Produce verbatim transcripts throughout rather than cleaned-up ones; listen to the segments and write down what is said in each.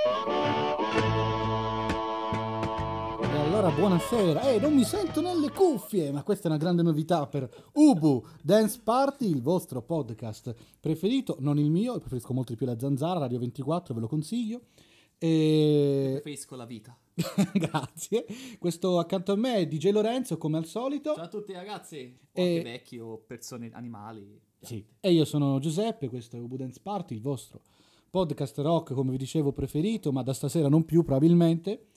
E allora buonasera, eh non mi sento nelle cuffie, ma questa è una grande novità per Ubu Dance Party, il vostro podcast preferito, non il mio, preferisco molto di più la Zanzara, Radio ventiquattro, ve lo consiglio. Io E... preferisco la vita. Grazie. Questo accanto a me è D J Lorenzo, come al solito. Ciao a tutti ragazzi, o E- anche vecchi o persone, animali. Sì. E io sono Giuseppe, questo è Ubu Dance Party, il vostro podcast rock, come vi dicevo, preferito, ma da stasera non più probabilmente.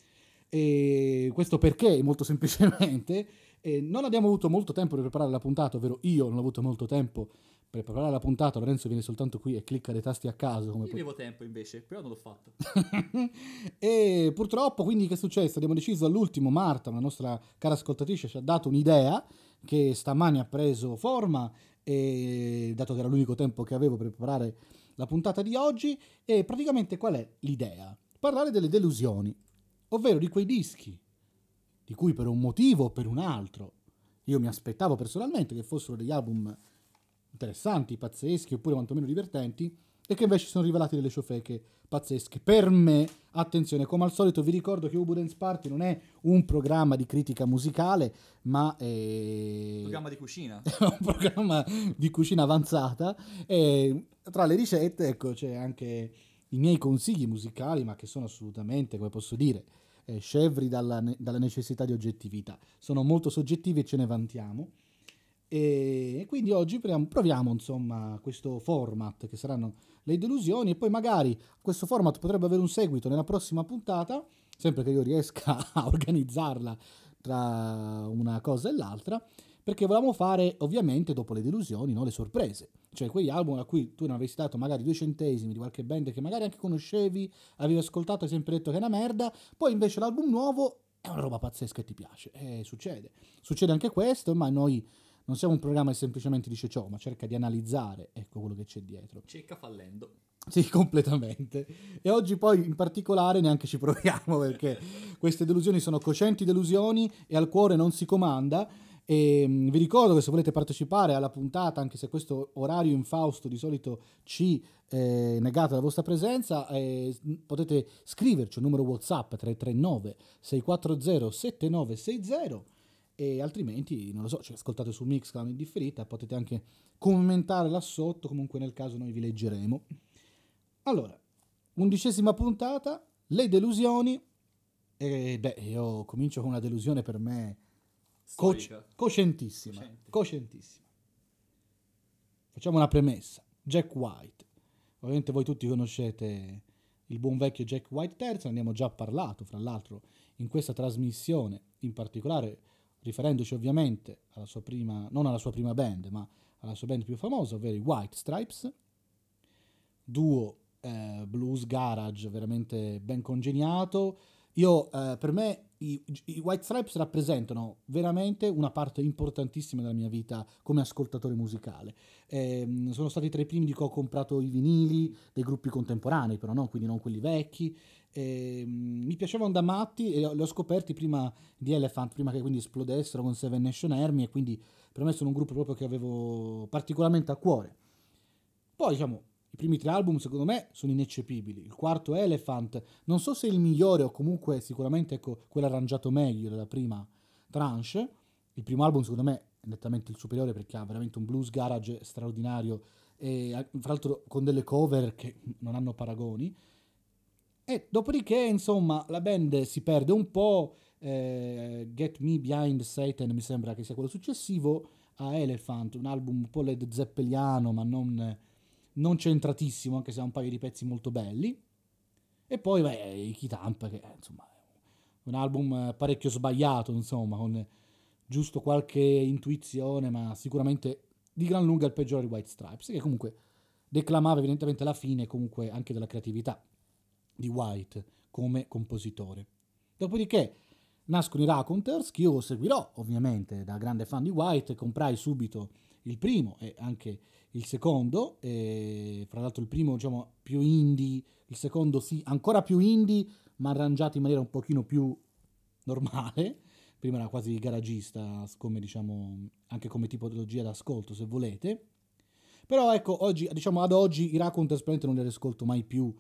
E questo perché, molto semplicemente, eh, non abbiamo avuto molto tempo per preparare la puntata, ovvero io non ho avuto molto tempo per preparare la puntata, Lorenzo viene soltanto qui e clicca dei tasti a caso. Come Io pot- avevo tempo invece, però non l'ho fatto. E purtroppo, quindi, che è successo? Abbiamo deciso all'ultimo, Marta, una nostra cara ascoltatrice, ci ha dato un'idea che stamani ha preso forma, e, dato che era l'unico tempo che avevo per preparare la puntata di oggi. E praticamente qual è l'idea? Parlare delle delusioni, ovvero di quei dischi di cui per un motivo o per un altro io mi aspettavo personalmente che fossero degli album interessanti, pazzeschi oppure quantomeno divertenti, e che invece sono rivelati delle ciofeche pazzesche. Per me, attenzione, come al solito vi ricordo che Ubu Dance Party non è un programma di critica musicale, ma è Programma di cucina. un programma di cucina avanzata, e tra le ricette, ecco, c'è anche i miei consigli musicali, ma che sono assolutamente, come posso dire, eh, scevri dalla, ne- dalla necessità di oggettività. Sono molto soggettivi e ce ne vantiamo. E quindi oggi proviamo, proviamo, insomma, questo format che saranno le delusioni, e poi magari questo format potrebbe avere un seguito nella prossima puntata, sempre che io riesca a organizzarla tra una cosa e l'altra, perché volevamo fare ovviamente dopo le delusioni, no, le sorprese, cioè quegli album a cui tu non avessi dato magari due centesimi di qualche band che magari anche conoscevi, avevi ascoltato e hai sempre detto che è una merda, poi invece l'album nuovo è una roba pazzesca e ti piace. E succede, succede anche questo, ma noi non siamo un programma che semplicemente dice ciò, ma cerca di analizzare, ecco, quello che c'è dietro. Cecca fallendo. Sì, completamente. E oggi poi in particolare neanche ci proviamo, perché queste delusioni sono coscienti delusioni e al cuore non si comanda. E mh, vi ricordo che se volete partecipare alla puntata, anche se questo orario infausto di solito ci eh, negate la vostra presenza, eh, s- potete scriverci un numero WhatsApp tre tre nove sei quattro zero sette nove sei zero, e altrimenti, non lo so, ci ascoltate su Mixcloud in differita, potete anche commentare là sotto, comunque nel caso noi vi leggeremo. Allora, undicesima puntata, le delusioni. E beh, io comincio con una delusione per me coc- Storica. coscientissima. Cosciente. Coscientissima. Facciamo una premessa. Jack White. Ovviamente voi tutti conoscete il buon vecchio Jack White terzo, ne abbiamo già parlato, fra l'altro, in questa trasmissione, in particolare riferendoci ovviamente alla sua prima, non alla sua prima band, ma alla sua band più famosa, ovvero i White Stripes, duo eh, blues garage veramente ben congegnato. Io, eh, per me, i, i White Stripes rappresentano veramente una parte importantissima della mia vita come ascoltatore musicale. Ehm, sono stati tra i primi di cui ho comprato i vinili dei gruppi contemporanei, però no, quindi non quelli vecchi. Ehm, mi piacevano da matti e li ho scoperti prima di Elephant, prima che quindi esplodessero con Seven Nation Army, e quindi per me sono un gruppo proprio che avevo particolarmente a cuore. Poi, diciamo, i primi tre album secondo me sono ineccepibili. Il quarto, Elephant, non so se è il migliore o comunque sicuramente, ecco, quello arrangiato meglio della prima tranche. Il primo album secondo me è nettamente il superiore perché ha veramente un blues garage straordinario, e eh, fra l'altro con delle cover che non hanno paragoni. E dopodiché, insomma, la band si perde un po'. eh, Get Me Behind Satan mi sembra che sia quello successivo a Elephant, un album un po' Led Zeppeliano, ma non, non centratissimo, anche se ha un paio di pezzi molto belli. E poi, beh, i Kitamp, che eh, insomma è un album eh, parecchio sbagliato, insomma, con giusto qualche intuizione, ma sicuramente di gran lunga il peggiore di White Stripes, che comunque declamava evidentemente la fine comunque anche della creatività di White come compositore. Dopodiché nascono i Raconteurs, che io seguirò ovviamente da grande fan di White, comprai subito il primo e anche il secondo, e fra l'altro il primo, diciamo, più indie, il secondo sì, ancora più indie, ma arrangiato in maniera un pochino più normale. Prima era quasi garagista, come diciamo, anche come tipologia d'ascolto, se volete. Però ecco, oggi, diciamo ad oggi i Raconteurs probabilmente non li ascolto mai più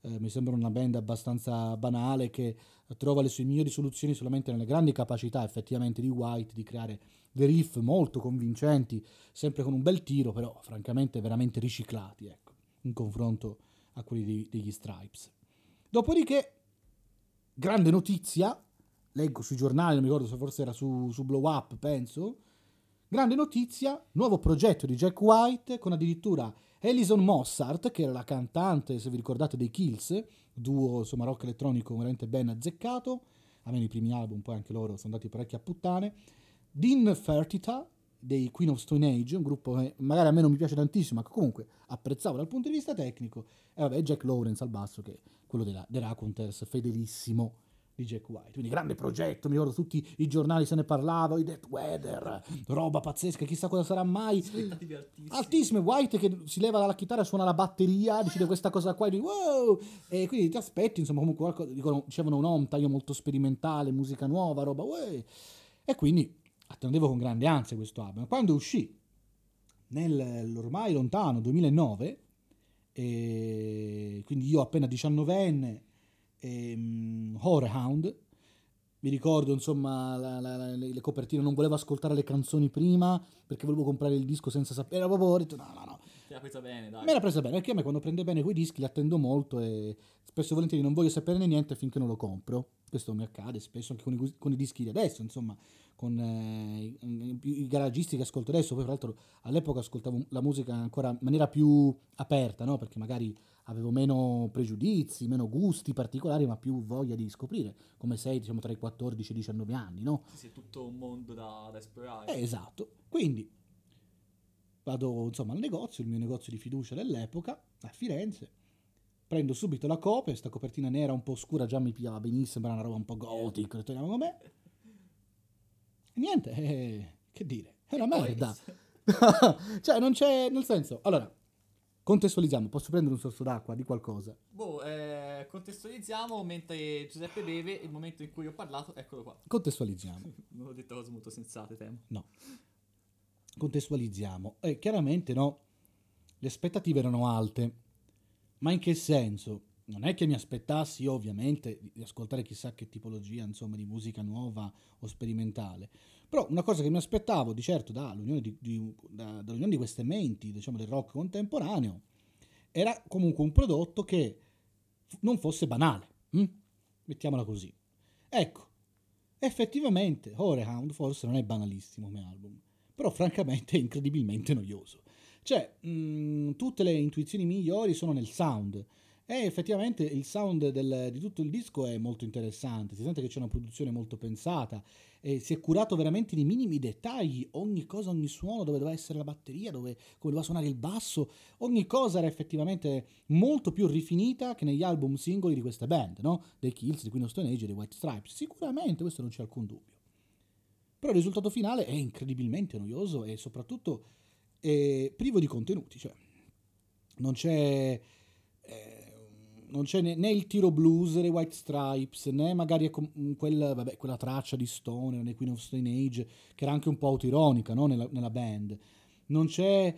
eh, mi sembra una band abbastanza banale che trova le sue migliori soluzioni solamente nelle grandi capacità effettivamente di White di creare dei riff molto convincenti, sempre con un bel tiro, però francamente veramente riciclati, ecco, in confronto a quelli dei- degli Stripes. Dopodiché, grande notizia, leggo sui giornali, non mi ricordo se forse era su, su Blow Up, penso. Grande notizia, nuovo progetto di Jack White con addirittura Alison Mossart, che era la cantante, se vi ricordate, dei Kills, duo insomma rock elettronico veramente ben azzeccato, almeno i primi album, poi anche loro sono andati parecchio a puttane. Dean Fertita dei Queen of Stone Age, un gruppo che magari a me non mi piace tantissimo, ma che comunque apprezzavo dal punto di vista tecnico, e vabbè Jack Lawrence al basso, che è quello della, dei Raconteurs, fedelissimo di Jack White. Quindi grande progetto, mi ricordo tutti i giornali se ne parlava, i Death Weather, roba pazzesca, chissà cosa sarà mai. Aspettative altissime. Altissime, White che si leva dalla chitarra, suona la batteria, decide questa cosa qua, e dici, wow! E quindi ti aspetti, insomma, comunque qualcosa, dicono, dicevano un no, un taglio molto sperimentale, musica nuova, roba, uè. E quindi attendevo con grande ansia questo album. Quando uscì, nell'ormai lontano duemilanove, e quindi io appena diciannovenne, ehm, Horehound, mi ricordo insomma la- la- la- le copertine, non volevo ascoltare le canzoni prima perché volevo comprare il disco senza sapere, era proprio ho detto no no no, Ti ha presa bene, dai. me l'ha presa bene perché a me quando prende bene quei dischi li attendo molto e spesso e volentieri non voglio saperne niente finché non lo compro. Questo mi accade spesso anche con i, con i dischi di adesso, insomma, con eh, i, i garagisti che ascolto adesso. Poi, tra l'altro, all'epoca ascoltavo la musica ancora in maniera più aperta, no? Perché magari avevo meno pregiudizi, meno gusti particolari, ma più voglia di scoprire, come sei, diciamo, tra i quattordici e i diciannove anni, no? Sì, sì, è tutto un mondo da, da esplorare. Eh, esatto. Quindi vado insomma al negozio, il mio negozio di fiducia dell'epoca, a Firenze. Prendo subito la copia, questa copertina nera un po' scura già mi pigliava benissimo, era una roba un po' gothic, ho detto, andiamo con me. E niente, eh, che dire, è una Poi- merda. Cioè, non c'è, nel senso, allora, contestualizziamo, posso prendere un sorso d'acqua di qualcosa? Boh, eh, contestualizziamo mentre Giuseppe beve, il momento in cui ho parlato, eccolo qua. Contestualizziamo, Non ho detto cose molto sensate, temo. no, contestualizziamo. E chiaramente, no, le aspettative erano alte, ma in che senso? Non è che mi aspettassi, ovviamente, di di ascoltare chissà che tipologia, insomma, di musica nuova o sperimentale. Però una cosa che mi aspettavo, di certo, dall'unione di, di- da- dall'unione di queste menti, diciamo, del rock contemporaneo, era comunque un prodotto che f- non fosse banale. hm? Mettiamola così. Ecco, effettivamente, Horehound forse non è banalissimo come album, però francamente è incredibilmente noioso. Cioè, mh, tutte le intuizioni migliori sono nel sound. E effettivamente il sound del- di tutto il disco è molto interessante. Si sente che c'è una produzione molto pensata e si è curato veramente nei minimi dettagli. Ogni cosa, ogni suono, dove doveva essere la batteria, dove, come doveva suonare il basso, ogni cosa era effettivamente molto più rifinita che negli album singoli di queste band, no? Dei Kills, di Queen of Stone Age e dei White Stripes. Sicuramente, questo non c'è alcun dubbio. Però il risultato finale è incredibilmente noioso e soprattutto eh, privo di contenuti. Cioè, non c'è, eh, non c'è né, né il tiro blues dei White Stripes, né magari com- quel- vabbè, quella traccia di Stoner nei Queen of Stone Age, che era anche un po' autoironica, no? nella, nella band. Non c'è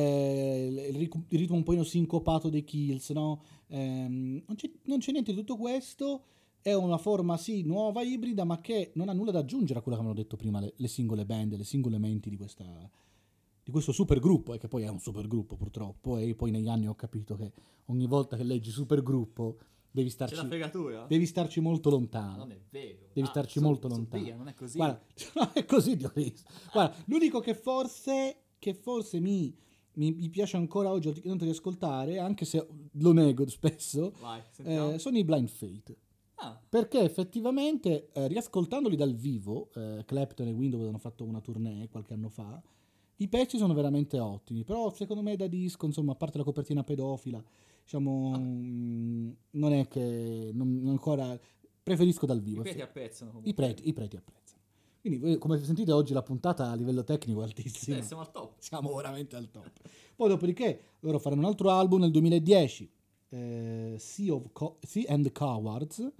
eh, il, ric- il ritmo un po' sincopato dei Kills, no? Ehm, non, c'è, non c'è niente di tutto questo. È una forma sì nuova, ibrida, ma che non ha nulla da aggiungere a quello che avevano detto prima le, le singole band, le singole menti di questa, di questo supergruppo, e che poi è un supergruppo purtroppo, e poi negli anni ho capito che ogni volta che leggi supergruppo devi C'è la starci, fregatura? devi starci molto Ma lontano. non è vero. Devi Ah, starci su- molto su lontano. via, non è così. Guarda, non è così, Dionis. Guarda, l'unico che forse, che forse mi, mi, mi piace ancora oggi tanto di ascoltare, anche se lo nego spesso, Vai, sentiamo. eh, sono i Blind Fate. Ah, Perché effettivamente, eh, riascoltandoli dal vivo, eh, Clapton e Windows hanno fatto una tournée qualche anno fa, i pezzi sono veramente ottimi, però secondo me da disco, insomma, a parte la copertina pedofila, diciamo, Vabbè. mh, non è che non ancora preferisco dal i vivo. preti effe- apprezzano I comunque. preti, i preti apprezzano. Quindi, voi, come sentite oggi la puntata a livello tecnico è altissima. Eh, siamo al top. Siamo veramente al top. Poi dopodiché loro faranno un altro album nel duemiladieci, eh, Sea, of Co- Sea and Cowards,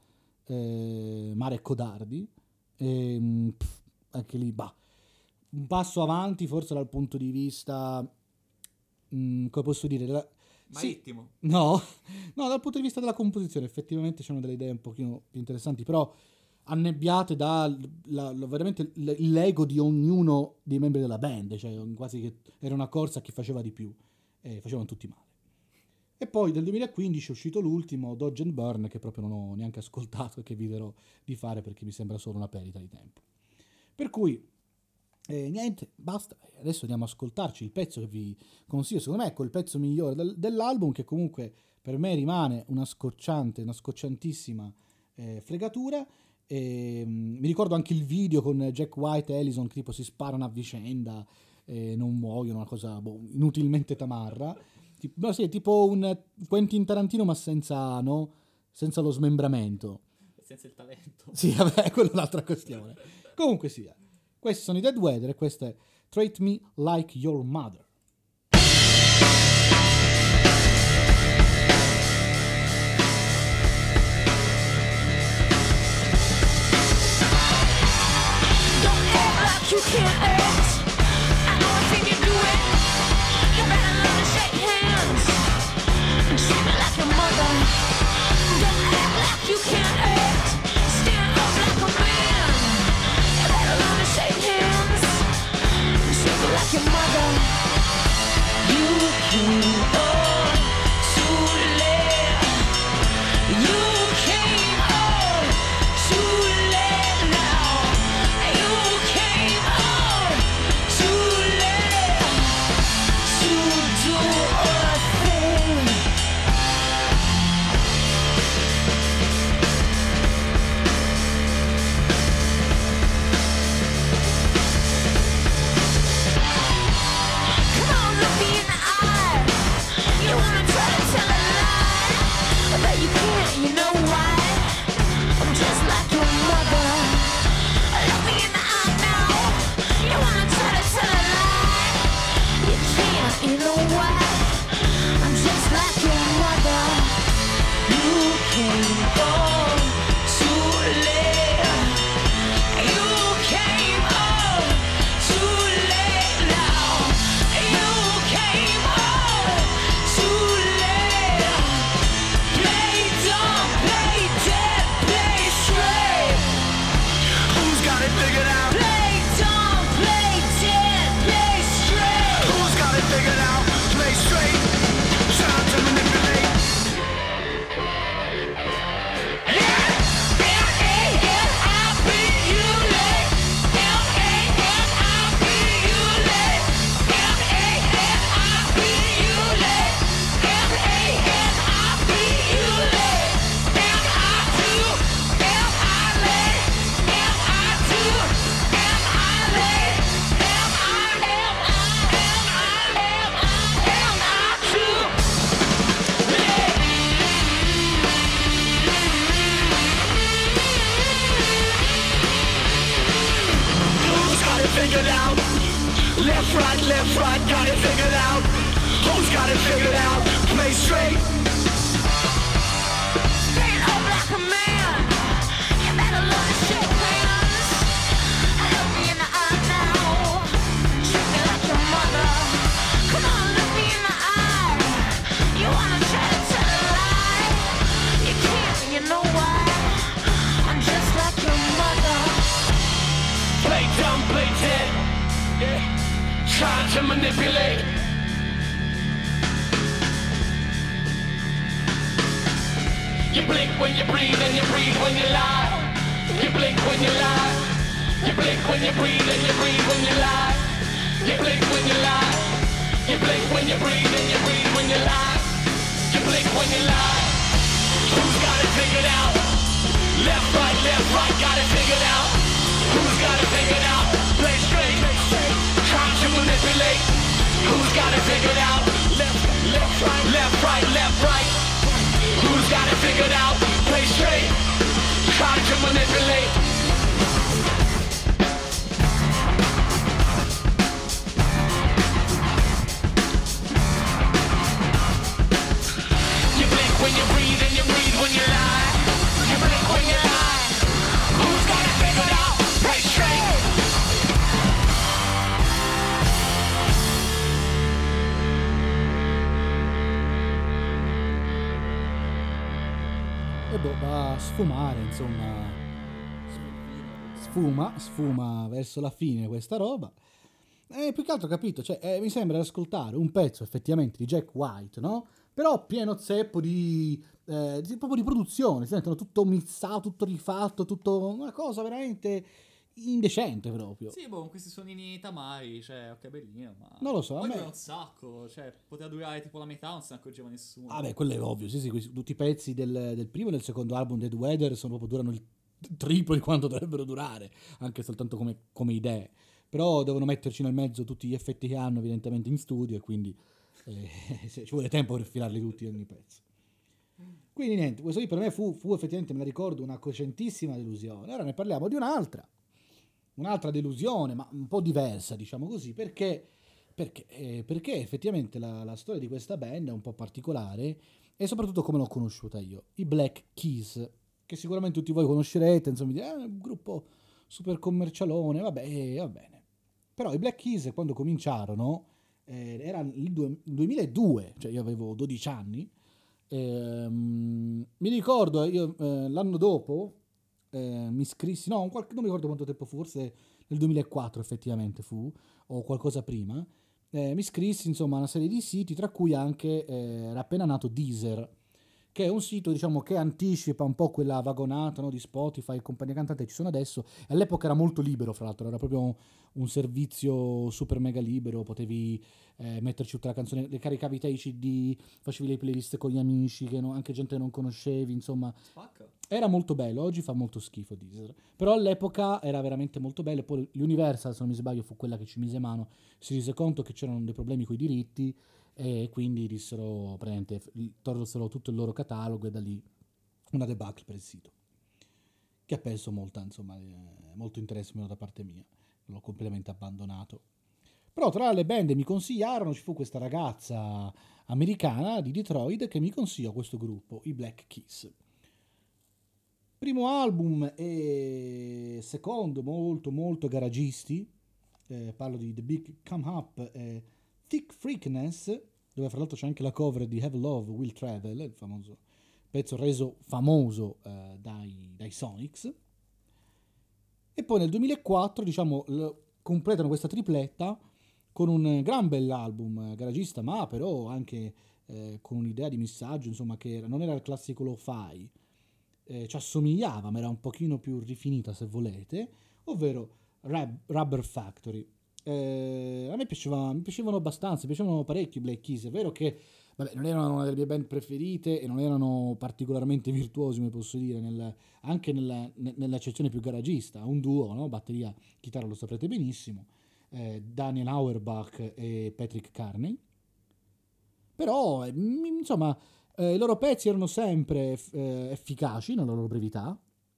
eh, Mare e Codardi, e, mh, pff, anche lì, bah, un passo avanti forse dal punto di vista, mh, come posso dire, della- Marittimo. Sì, no, no, dal punto di vista della composizione effettivamente c'erano delle idee un pochino più interessanti, però annebbiate da la- la- veramente l- l'ego di ognuno dei membri della band, cioè quasi che era una corsa a chi faceva di più e facevano tutti male. E poi nel duemilaquindici è uscito l'ultimo, Dodge and Burn, che proprio non ho neanche ascoltato e che eviterò di fare perché mi sembra solo una perdita di tempo. Per cui eh, niente, basta. Adesso andiamo ad ascoltarci il pezzo che vi consiglio. Secondo me è quel pezzo migliore del- dell'album, che comunque per me rimane una scocciante, una scocciantissima eh, fregatura. E, mm, mi ricordo anche il video con Jack White e Ellison che tipo si sparano a vicenda e non muoiono, una cosa boh, inutilmente tamarra. Tipo, no, sì, è tipo un Quentin Tarantino ma senza, no? Senza lo smembramento. Senza il talento. Sì, vabbè, quella è un'altra questione. Comunque sia, questi sono i Dead Weather e questo è Treat Me Like Your Mother. Don't act like you can't act. I know I think you do it. You better learn to shake hands and treat me like your mother. Don't act like you can't act. Stand up like a man. You better learn to shake hands and treat me like your mother. You came on too late. You came on too late now. You came on too late to do a thing. Come on, look me in the eye. You wanna try to tell a lie, but you can't, you know why? I'm just like your mother. Look me in the eye now. You wanna try to tell a lie, you can't, you know why? I'm just like your mother. You came on too late. You came on too late now. You came on too late. Play dumb, play dead, play straight. Who's got it figured out? Play dumb, play dead, play straight. Who's got it figured out? Play straight. Trying to manipulate. Who's got it figured out? Left, right, left, right, got it figured out. Who's got it figured out? Play straight. Stand up like a man. You better learn to shake hands. Look me in the eye now. Treat me like your mother. Come on, look me in the eye. You wanna try to tell a lie? You can't, you know why? I'm just like your mother. Play dumb, play dead. Yeah. Trying to manipulate. You blink when you breathe and you breathe when you lie. You blink when you lie. You blink when you breathe and you breathe when you lie. You blink when you lie. You blink when you breathe and you breathe when you lie. You blink when you lie. Who's got it figured out? Left, right, left, right, got it figured out. Who's got it figured out? Play straight, trying to manipulate. Who's got it figured out? Left, left, right, left, right, left, right. Who's got it figured out? Play straight, trying to manipulate. You blink when you breathe and you breathe when you lie. You blink when you lie. Who's got it figured out? Play straight. ricordo va a sfumare, insomma, sfuma, sfuma verso la fine questa roba. E più che altro capito, cioè, eh, mi sembra di ascoltare un pezzo effettivamente di Jack White, no? Però pieno zeppo di, eh, di- proprio di produzione, si sentono tutto mixato, tutto rifatto, tutto una cosa veramente indecente proprio. Sì, boh, con questi suonini tamari, cioè, ok, bellino, ma... Non lo so, a Poi me- dura un sacco, cioè, poteva durare tipo la metà, non se ne accorgeva nessuno. Ah beh, quello è ovvio, sì, sì, questi- tutti i pezzi del, del primo e del secondo album Dead Weather sono proprio durano il triplo di quanto dovrebbero durare, anche soltanto come, come idee. Però devono metterci nel mezzo tutti gli effetti che hanno evidentemente in studio e quindi eh, se- ci vuole tempo per filarli tutti ogni pezzo. Quindi niente, questo lì per me fu, fu effettivamente, me la ricordo, una cocentissima delusione. Ora ne parliamo di un'altra, un'altra delusione, ma un po' diversa, diciamo così, perché, perché, eh, perché effettivamente la, la storia di questa band è un po' particolare e soprattutto come l'ho conosciuta io, i Black Keys, che sicuramente tutti voi conoscerete, insomma, dite, "Ah, è un gruppo super commercialone, vabbè, eh, va bene. Però i Black Keys quando cominciarono, eh, era il due- duemiladue, cioè io avevo dodici anni, ehm, mi ricordo, io eh, l'anno dopo eh, mi iscrissi, no, un qualche- non mi ricordo quanto tempo fu, forse nel duemilaquattro effettivamente fu, o qualcosa prima, eh, mi iscrissi insomma a una serie di siti, tra cui anche eh, era appena nato Deezer, che è un sito diciamo che anticipa un po' quella vagonata, no, di Spotify e compagnia cantante che ci sono adesso. E all'epoca era molto libero, fra l'altro, era proprio un, un servizio super mega libero, potevi eh, metterci tutta la canzone, le caricavi te i C D, facevi le playlist con gli amici, che no- anche gente che non conoscevi, insomma. Spacca. Era molto bello, oggi fa molto schifo Deezer, però all'epoca era veramente molto bello. Poi l'Universal, se non mi sbaglio, fu quella che ci mise mano, si rese conto che c'erano dei problemi con i diritti e quindi dissero, praticamente, tolsero tutto il loro catalogo e da lì una debacle per il sito, che ha perso molta, insomma, eh, molto interesse meno da parte mia, l'ho completamente abbandonato. Però tra le band che mi consigliarono ci fu questa ragazza americana di Detroit che mi consigliò questo gruppo, i Black Keys. Primo album e secondo molto molto garagisti, eh, parlo di The Big Come Up e Thick Freakness, dove fra l'altro c'è anche la cover di Have Love Will Travel, il famoso pezzo reso famoso eh, dai, dai Sonics. E poi nel duemilaquattro diciamo l- completano questa tripletta con un gran bell'album eh, garagista, ma però anche eh, con un'idea di messaggio, insomma, che era- non era il classico lo-fi, eh, ci assomigliava, ma era un pochino più rifinita se volete, ovvero Rab- Rubber Factory. Eh, a me piaceva, mi piacevano abbastanza, mi piacevano parecchio i Black Keys. È vero che vabbè, non erano una delle mie band preferite e non erano particolarmente virtuosi, come posso dire, nel- anche nella, ne- nell'accezione più garagista. Un duo, no? Batteria, chitarra, lo saprete benissimo, eh, Daniel Auerbach e Patrick Carney. Però, eh, m- insomma, eh, i loro pezzi erano sempre eff- eh, efficaci nella loro brevità.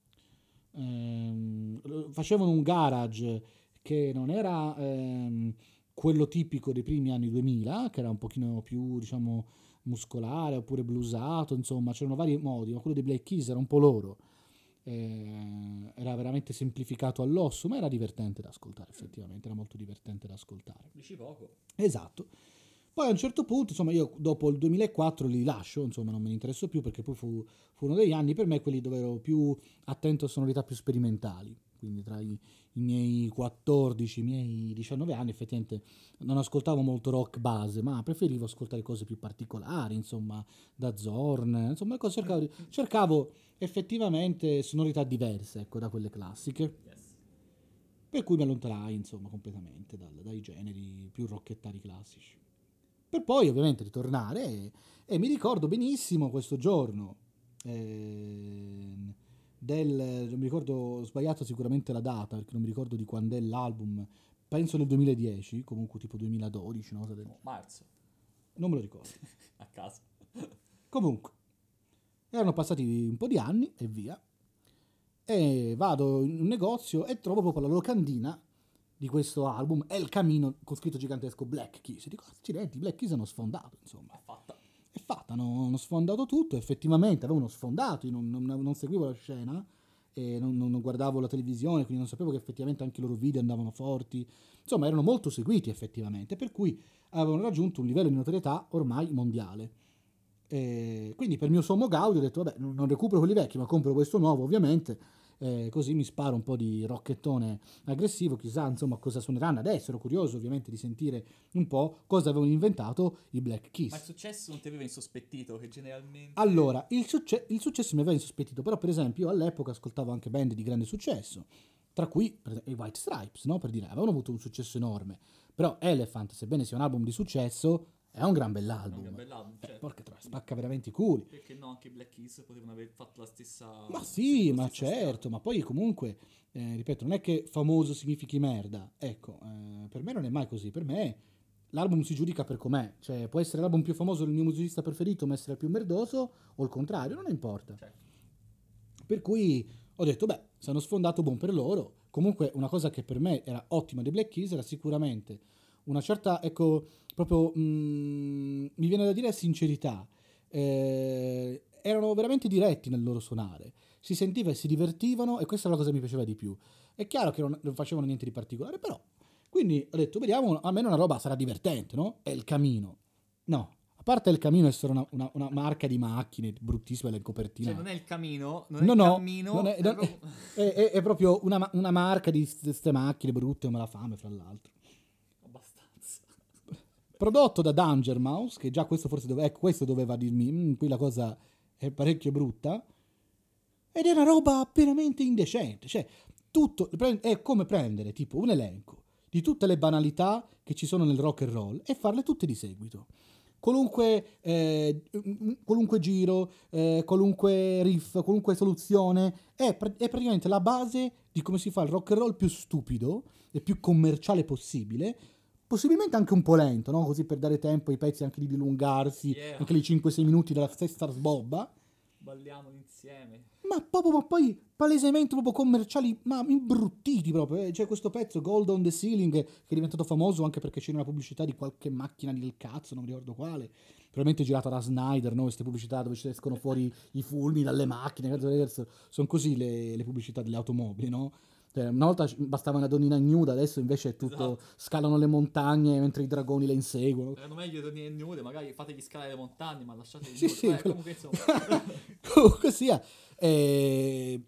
Ehm, facevano un garage che non era ehm, quello tipico dei primi anni duemila, che era un pochino più, diciamo, muscolare oppure bluesato, insomma, c'erano vari modi, ma quello dei Black Keys era un po' loro. Eh, era veramente semplificato all'osso, ma era divertente da ascoltare, effettivamente, era molto divertente da ascoltare. Dici poco. Esatto. Poi a un certo punto, insomma, io dopo il duemilaquattro li lascio, insomma, non me ne interesso più perché poi fu, furono degli anni per me quelli dove ero più attento a sonorità più sperimentali. Quindi tra i, i miei quattordici, i miei diciannove anni effettivamente non ascoltavo molto rock base, ma preferivo ascoltare cose più particolari, insomma, da Zorn, insomma, cose- cercavo, di- cercavo effettivamente sonorità diverse, ecco, da quelle classiche. Yes. Per cui mi allontanai, insomma, completamente dal- dai generi più rockettari classici. Per poi, ovviamente, ritornare e, e mi ricordo benissimo questo giorno ehm, del... non mi ricordo, ho sbagliato sicuramente la data, perché non mi ricordo di quando è l'album, penso nel duemiladieci, comunque tipo duemiladodici, una cosa del... Oh, marzo. non me lo ricordo. A caso. Comunque, erano passati un po' di anni e via. E vado in un negozio e trovo proprio la locandina di questo album, El Camino, con scritto gigantesco Black Keys. E dico, accidenti, i Black Keys hanno sfondato, insomma. È fatta. È fatta, hanno, hanno sfondato tutto, effettivamente avevano sfondato, io non, non- non seguivo la scena, e non, non- non guardavo la televisione, quindi non sapevo che effettivamente anche i loro video andavano forti. Insomma, erano molto seguiti effettivamente, per cui avevano raggiunto un livello di notorietà ormai mondiale. E quindi per mio sommo gaudio ho detto vabbè, non non recupero quelli vecchi ma compro questo nuovo ovviamente, eh, così mi sparo un po' di rocchettone aggressivo, chissà insomma cosa suoneranno adesso. Ero curioso ovviamente di sentire un po' cosa avevano inventato i Black Ma il Keys. successo non ti aveva insospettito che generalmente... Allora, il, succe- il successo mi aveva insospettito, però per esempio io all'epoca ascoltavo anche band di grande successo, tra cui per esempio, i White Stripes, no? Per dire, avevano avuto un successo enorme, però Elephant, sebbene sia un album di successo, è un gran bell'album. È un gran bell'album, Eh, certo. porca troia, spacca veramente i culi. Perché no, anche i Black Keys potevano aver fatto la stessa... Ma sì, la ma stessa certo, ma poi comunque, eh, ripeto, non è che famoso significhi merda, ecco, eh, per me non è mai così, per me l'album si giudica per com'è, cioè può essere l'album più famoso del mio musicista preferito ma essere il più merdoso, o il contrario, non importa. Certo. Per cui ho detto, beh, se hanno sfondato, buon per loro. Comunque una cosa che per me era ottima dei Black Keys era sicuramente una certa, ecco, proprio, mm, mi viene da dire sincerità. Eh, erano veramente diretti nel loro suonare. Si sentiva e si divertivano e questa è la cosa che mi piaceva di più. È chiaro che non, non facevano niente di particolare, però. Quindi ho detto, vediamo, almeno una roba sarà divertente, no? È il Camino. No. A parte il Camino essere una, una, una marca di macchine bruttissime, le copertine. Cioè non è il camino, non è No, il no, cammino, non è, è non- proprio- è- è- è proprio una, ma- una marca di queste macchine brutte, me la fame, fra l'altro. abbastanza. Prodotto da Danger Mouse, che già questo forse dove, ecco, questo doveva dirmi, "Mm, qui la cosa è parecchio brutta. Ed è una roba veramente indecente. Cioè, tutto pre- è come prendere tipo un elenco di tutte le banalità che ci sono nel rock and roll e farle tutte di seguito. Qualunque, eh, mm, qualunque giro, eh, qualunque riff, qualunque soluzione è, pr- è praticamente la base di come si fa il rock and roll più stupido e più commerciale possibile, possibilmente anche un po' lento, no? Così per dare tempo ai pezzi anche di dilungarsi, Yeah. anche lì cinque sei minuti della stessa sbobba. Balliamo insieme. Ma proprio, ma poi palesemente proprio commerciali, ma imbruttiti proprio. eh. C'è questo pezzo, Gold on the Ceiling, che è diventato famoso anche perché c'era una pubblicità di qualche macchina del cazzo, non mi ricordo quale. Probabilmente girata da Snyder, no? Queste pubblicità dove ci escono fuori i fulmini dalle macchine. Sono così le, le pubblicità delle automobili, no? Cioè, una volta ci- bastava una donnina nuda, adesso invece è tutto, Esatto. scalano le montagne mentre i dragoni le inseguono. Erano meglio donne nude, magari fategli scalare le montagne, ma lasciateli Sì, nude. sì, Eh, quello- comunque insomma. Comunque sia, eh,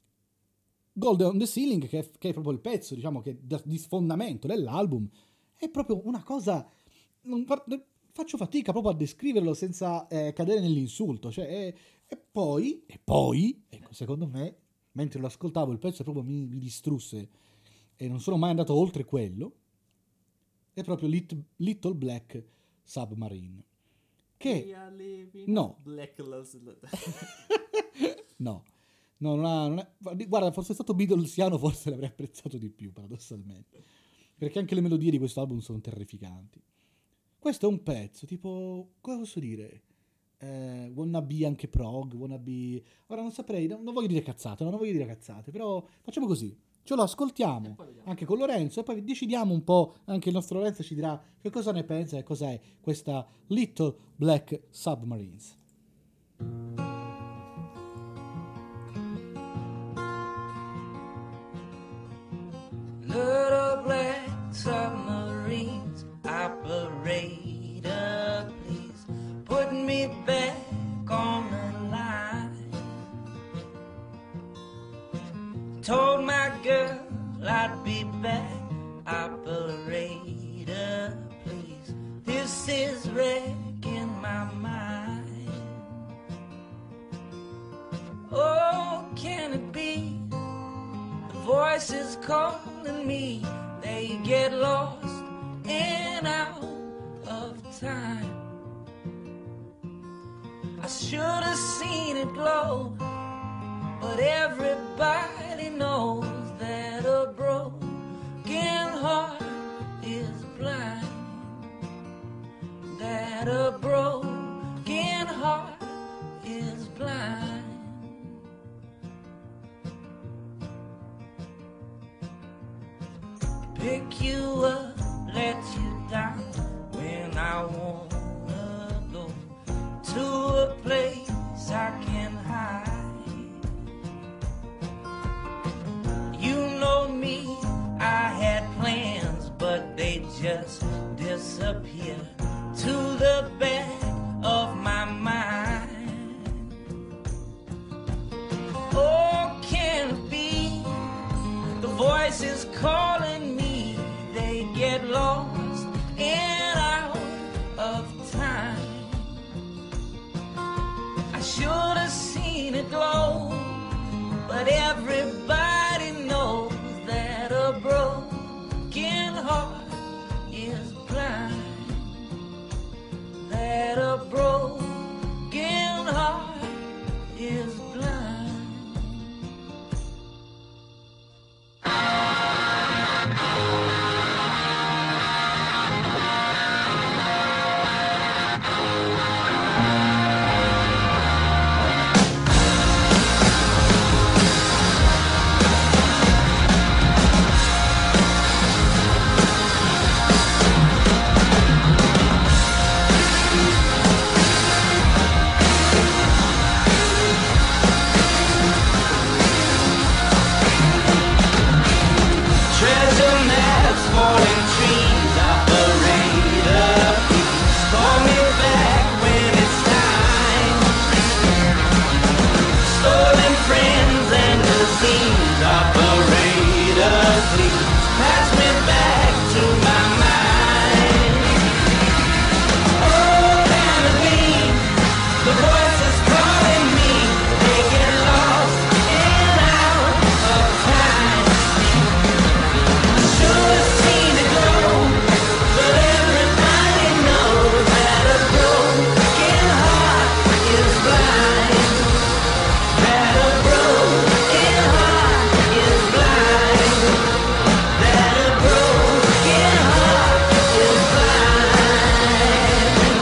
Gold on the Ceiling, che è, che è proprio il pezzo, diciamo, che da- di sfondamento dell'album, è proprio una cosa. Non fa- faccio fatica proprio a descriverlo senza eh, cadere nell'insulto. Cioè, e, e poi, e poi, ecco, secondo me, mentre lo ascoltavo, il pezzo proprio mi, mi distrusse e non sono mai andato oltre quello. È proprio Lit- Little Black Submarine. Che We are living No. Black Loves- no, no, non ha- non è- guarda, fosse stato Beatlesiano forse l'avrei apprezzato di più, paradossalmente, perché anche le melodie di questo album sono terrificanti. Questo è un pezzo, tipo, cosa posso dire? Eh, wannabe anche prog, wannabe... Ora non saprei, non, non voglio dire cazzate, no, non voglio dire cazzate, però facciamo così, ce lo ascoltiamo, E poi vediamo. anche con Lorenzo, e poi decidiamo un po', anche il nostro Lorenzo ci dirà che cosa ne pensa e cos'è questa Little Black Submarines. Little black submarines, operator, please put me back on the line. Told my girl I'd be back, operator, please. This is wrecking my mind. Oh, can it be? The voices calling me, they get lost and out of time. I should have seen it glow, but everybody knows that a broken heart is blind. That a broken heart is blind. Pick you up, let you down when I wanna go to a place I can hide. You know me, I had plans, but they just disappear to the back of my mind. glow, but everybody knows that a broken heart is blind. That a broken heart is blind. Treasure maps, falling trees, operator, please call me back when it's time. Stolen friends and disease, operator, please pass me back to my mind. Oh, Emily, the voices calling me, they get lost in and out of time. Should've seen it go, but everybody knows that a broken heart is blind. That a broken heart is blind. That a broken heart is blind.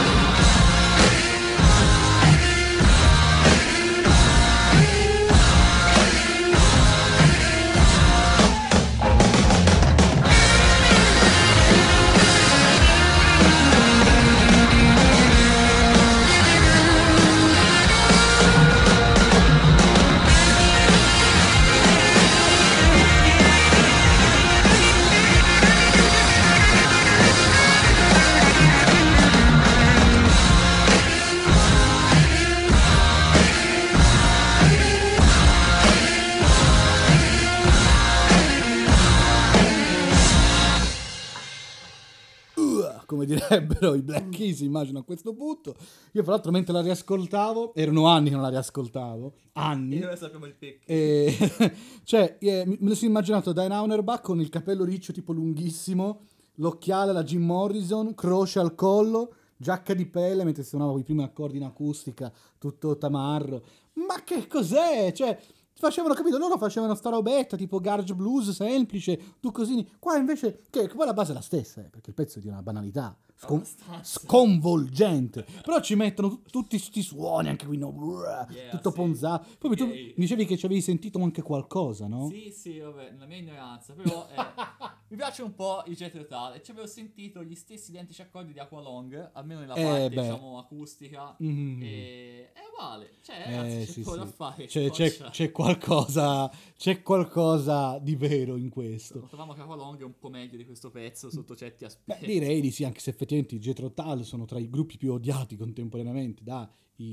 Uh, come direbbero i Black Keys, immagino a questo punto. Io fra l'altro mentre la riascoltavo, erano anni che non la riascoltavo, anni. Io sappiamo il perché. E, cioè, eh, me lo sono immaginato Diane Auerbach con il capello riccio tipo lunghissimo, l'occhiale alla Jim Morrison, croce al collo, giacca di pelle mentre suonava i primi accordi in acustica, tutto tamarro. Ma che cos'è? Cioè, facevano, capito? Loro facevano sta robetta tipo garage blues semplice, tu così. Qua invece, che, che poi la base è la stessa, eh, perché il pezzo è di una banalità scon- Abbastanza. sconvolgente. Però ci mettono tut- tutti sti suoni, anche qui, no? Brrr, Yeah, tutto sì. ponzato. Poi tu Ok. mi dicevi che ci avevi sentito anche qualcosa, no? Sì, sì, vabbè, nella mia ignoranza, però eh, mi piace un po' il Jethro Tull e ci avevo sentito gli stessi identici accordi di Aqualong, almeno nella Eh, parte, beh. diciamo, acustica, Mhm. e è uguale, cioè, Eh, ragazzi, c'è sì, poco sì. da fare. C'è, c'è- scoccia. c'è qualcosa, c'è qualcosa di vero in questo. Notavamo che Aqualong è un po' meglio di questo pezzo sotto certi Beh, aspetti. direi di sì, anche se effettivamente i Jethro Tull sono tra i gruppi più odiati contemporaneamente da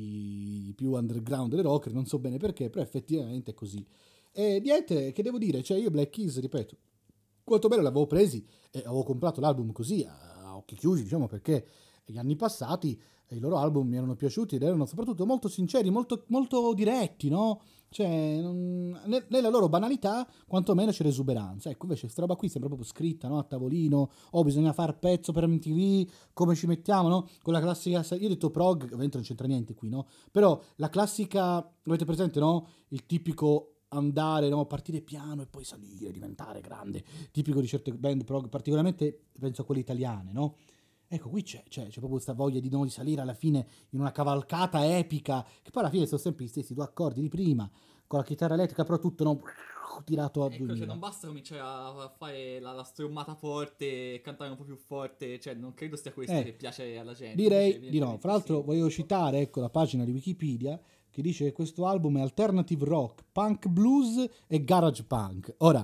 i più underground delle rocker, non so bene perché, però effettivamente è così. E niente, che devo dire, cioè io Black Keys, ripeto, quanto bello l'avevo presi e avevo comprato l'album così a, a occhi chiusi, diciamo, perché gli anni passati i loro album mi erano piaciuti ed erano soprattutto molto sinceri, molto, molto diretti, no? Cioè, non- ne- nella loro banalità, quantomeno c'era esuberanza. Ecco, invece, questa roba qui sembra proprio scritta, no? A tavolino, oh, bisogna far pezzo per M T V, come ci mettiamo, no? Con la classica, io ho detto prog, ovviamente non c'entra niente qui, no? Però la classica, avete presente, no? Il tipico andare, no? Partire piano e poi salire, diventare grande, tipico di certe band prog, particolarmente penso a quelle italiane, no? Ecco, qui c'è, c'è, c'è proprio questa voglia di, no, di salire alla fine in una cavalcata epica, che poi alla fine sono sempre gli stessi due accordi di prima, con la chitarra elettrica, però tutto, no, tirato a Ecco, cioè duemila. non basta cominciare a fare la, la strommata forte e cantare un po' più forte, cioè non credo sia questo Eh, che piace alla gente. Direi Invece, di no. Fra l'altro sì. volevo citare, ecco, la pagina di Wikipedia che dice che questo album è alternative rock, punk blues e garage punk. Ora,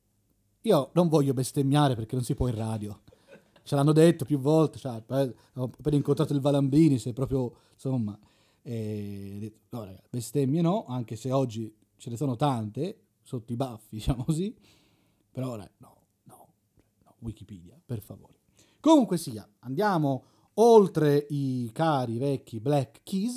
io non voglio bestemmiare perché non si può in radio. Ce l'hanno detto più volte, cioè, eh, ho appena incontrato il Valambini, se proprio, insomma, eh, ho detto, no, raga, bestemmie no, anche se oggi ce ne sono tante, sotto i baffi, diciamo così, però ora, no, no, no, Wikipedia, per favore. Comunque sia, andiamo oltre i cari vecchi Black Keys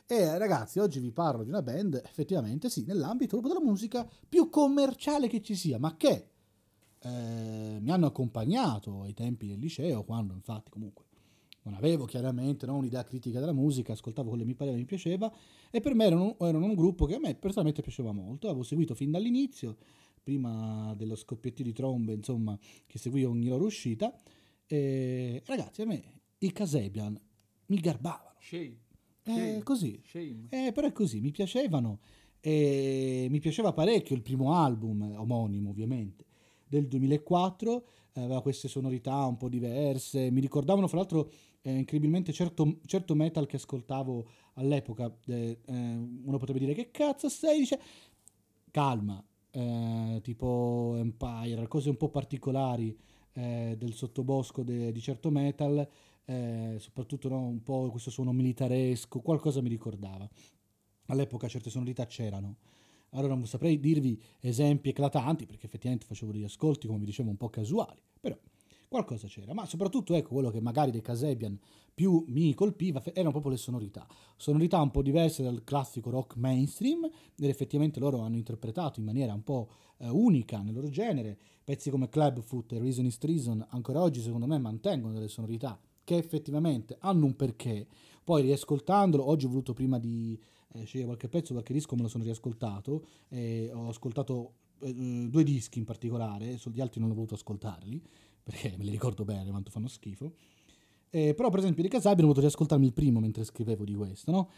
E ragazzi, oggi vi parlo di una band, effettivamente sì, nell'ambito proprio della musica più commerciale che ci sia, ma che eh, mi hanno accompagnato ai tempi del liceo, quando infatti comunque non avevo chiaramente no, un'idea critica della musica, ascoltavo quello che mi pareva e mi piaceva, e per me erano, erano un gruppo che a me personalmente piaceva molto, avevo seguito fin dall'inizio, prima dello scoppiettio di trombe, insomma, che seguì ogni loro uscita, e ragazzi, a me i Kasabian mi garbavano. Shame. È Shame. così. Shame. Eh, però è così, mi piacevano e mi piaceva parecchio il primo album, omonimo ovviamente, del duemilaquattro, eh, aveva queste sonorità un po' diverse, mi ricordavano fra l'altro eh, incredibilmente certo, certo metal che ascoltavo all'epoca, eh, eh, uno potrebbe dire che cazzo stai dice calma, eh, tipo Empire, cose un po' particolari eh, del sottobosco de- di certo metal, eh, soprattutto no, un po' questo suono militaresco, qualcosa mi ricordava. All'epoca certe sonorità c'erano. Allora non saprei dirvi esempi eclatanti, perché effettivamente facevo degli ascolti, come vi dicevo, un po' casuali, però qualcosa c'era. Ma soprattutto, ecco, quello che magari dei Kasabian più mi colpiva erano proprio le sonorità. Sonorità un po' diverse dal classico rock mainstream, ed effettivamente loro hanno interpretato in maniera un po' eh, unica nel loro genere. Pezzi come Clubfoot e Reason is Treason ancora oggi secondo me mantengono delle sonorità che effettivamente hanno un perché. Poi riascoltandolo, oggi ho voluto prima di eh, scegliere qualche pezzo, qualche disco me lo sono riascoltato, e ho ascoltato eh, due dischi in particolare, gli altri non ho voluto ascoltarli, perché me li ricordo bene quanto fanno schifo. Eh, però per esempio di Kasabian ho voluto riascoltarmi il primo mentre scrivevo di questo, no?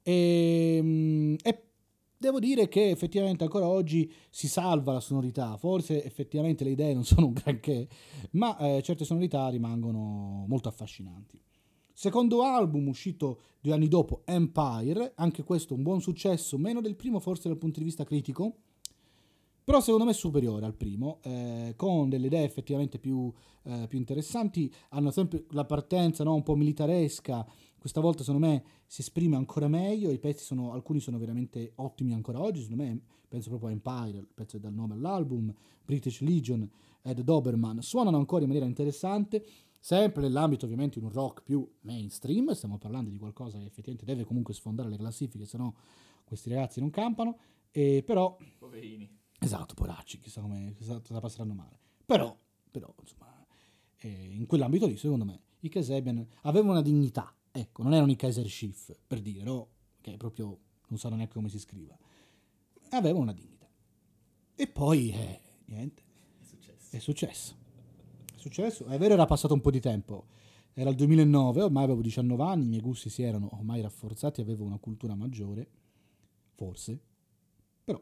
E, e devo dire che effettivamente ancora oggi si salva la sonorità, forse effettivamente le idee non sono un granché, ma eh, certe sonorità rimangono molto affascinanti. Secondo album uscito due anni dopo, Empire, anche questo un buon successo, meno del primo forse dal punto di vista critico, però secondo me superiore al primo, eh, con delle idee effettivamente più, eh, più interessanti. Hanno sempre la partenza no, un po' militaresca, questa volta secondo me si esprime ancora meglio, i pezzi sono, alcuni sono veramente ottimi ancora oggi, secondo me penso proprio a Empire, il pezzo che dà il nome all'album, British Legion ed Doberman, suonano ancora in maniera interessante, sempre nell'ambito ovviamente di un rock più mainstream, stiamo parlando di qualcosa che effettivamente deve comunque sfondare le classifiche, se no questi ragazzi non campano, e però... Poverini. Esatto, poracci, chissà come chissà cosa passeranno male. Però, però insomma, eh, in quell'ambito lì, secondo me, i Kasabian avevano una dignità. Ecco, non erano i Kaiser Chief, per dire, no? Che proprio non so neanche come si scriva. Avevano una dignità. E poi, eh, niente. È successo. È successo. È successo. È vero, era passato un po' di tempo. Era il duemilanove, ormai avevo diciannove anni, i miei gusti si erano ormai rafforzati, avevo una cultura maggiore. Forse. Però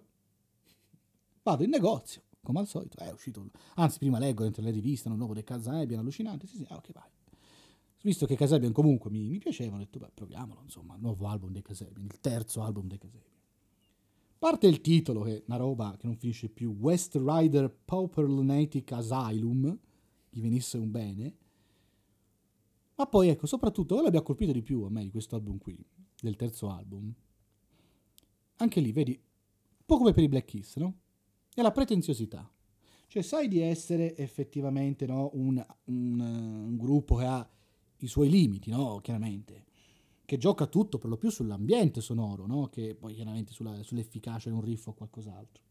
vado in negozio, come al solito, è uscito, anzi prima leggo dentro le riviste, un nuovo dei Kasabian, allucinante, sì sì, ah, ok vai. Visto che Kasabian comunque mi, mi piacevano, ho detto beh proviamolo, insomma, il nuovo album dei Kasabian, il terzo album dei Kasabian. Parte il titolo, che è una roba che non finisce più, West Rider Pauper Lunatic Asylum, gli venisse un bene, ma poi ecco, soprattutto, quello che mi ha colpito di più a me di questo album qui, del terzo album, anche lì, vedi, un po' come per i Black Keys, no? È la pretenziosità, cioè sai di essere effettivamente no, un, un, un gruppo che ha i suoi limiti, no? Chiaramente, che gioca tutto per lo più sull'ambiente sonoro, no? Che poi chiaramente sulla, sull'efficacia di un riff o qualcos'altro.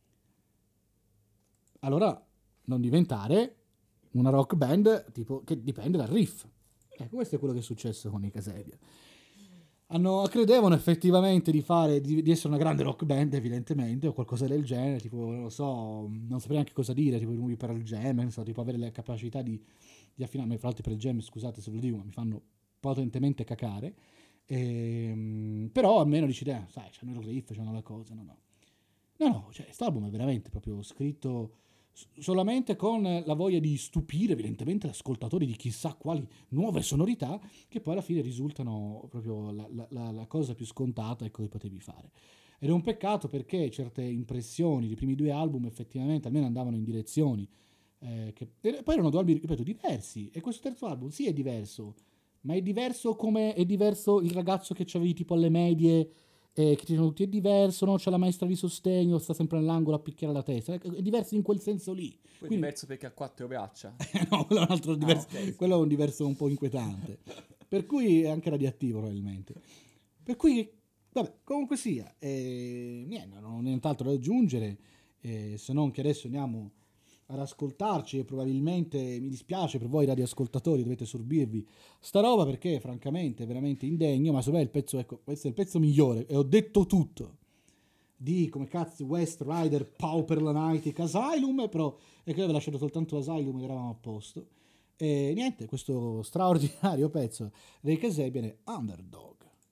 Allora non diventare una rock band tipo che dipende dal riff. Ecco, questo è quello che è successo con i Kasabian. Hanno, credevano effettivamente di fare di, di essere una grande rock band, evidentemente, o qualcosa del genere, tipo, non lo so, non saprei neanche cosa dire, tipo i nuovi Pearl Jam, non so, tipo avere la capacità di, di affinare, fra l'altro Pearl Jam, scusate se ve lo dico, ma mi fanno potentemente cacare, e, però almeno dici, eh, sai, c'hanno il riff, c'hanno la cosa, no, no. No, no, cioè, quest'album è veramente proprio scritto solamente con la voglia di stupire evidentemente l'ascoltatore di chissà quali nuove sonorità che poi alla fine risultano proprio la, la, la cosa più scontata ecco, che potevi fare. Ed è un peccato perché certe impressioni dei primi due album effettivamente almeno andavano in direzioni eh, che e poi erano due album, ripeto, diversi, e questo terzo album sì è diverso, ma è diverso come è diverso il ragazzo che c'avevi tipo alle medie Eh, che ti dicono tutti è diverso, no? C'è la maestra di sostegno, sta sempre nell'angolo a picchiare la testa, è diverso in quel senso lì. Poi Quindi... diverso perché ha quattro braccia. no, quello è un altro diverso, Ah, okay. quello è un diverso un po' inquietante. Per cui è anche radioattivo probabilmente. Per cui Vabbè, comunque sia, eh, niente, non ho nient'altro da aggiungere, eh, se non che adesso andiamo ad ascoltarci e probabilmente mi dispiace per voi radioascoltatori, dovete sorbirvi sta roba perché francamente è veramente indegno, ma secondo me il pezzo, ecco, questo è il pezzo migliore e ho detto tutto di come cazzo West Rider, Pauper Night, Asylum, però e che avevo lasciato soltanto Asylum che eravamo a posto. E niente, questo straordinario pezzo dei Kasabian è Underdog.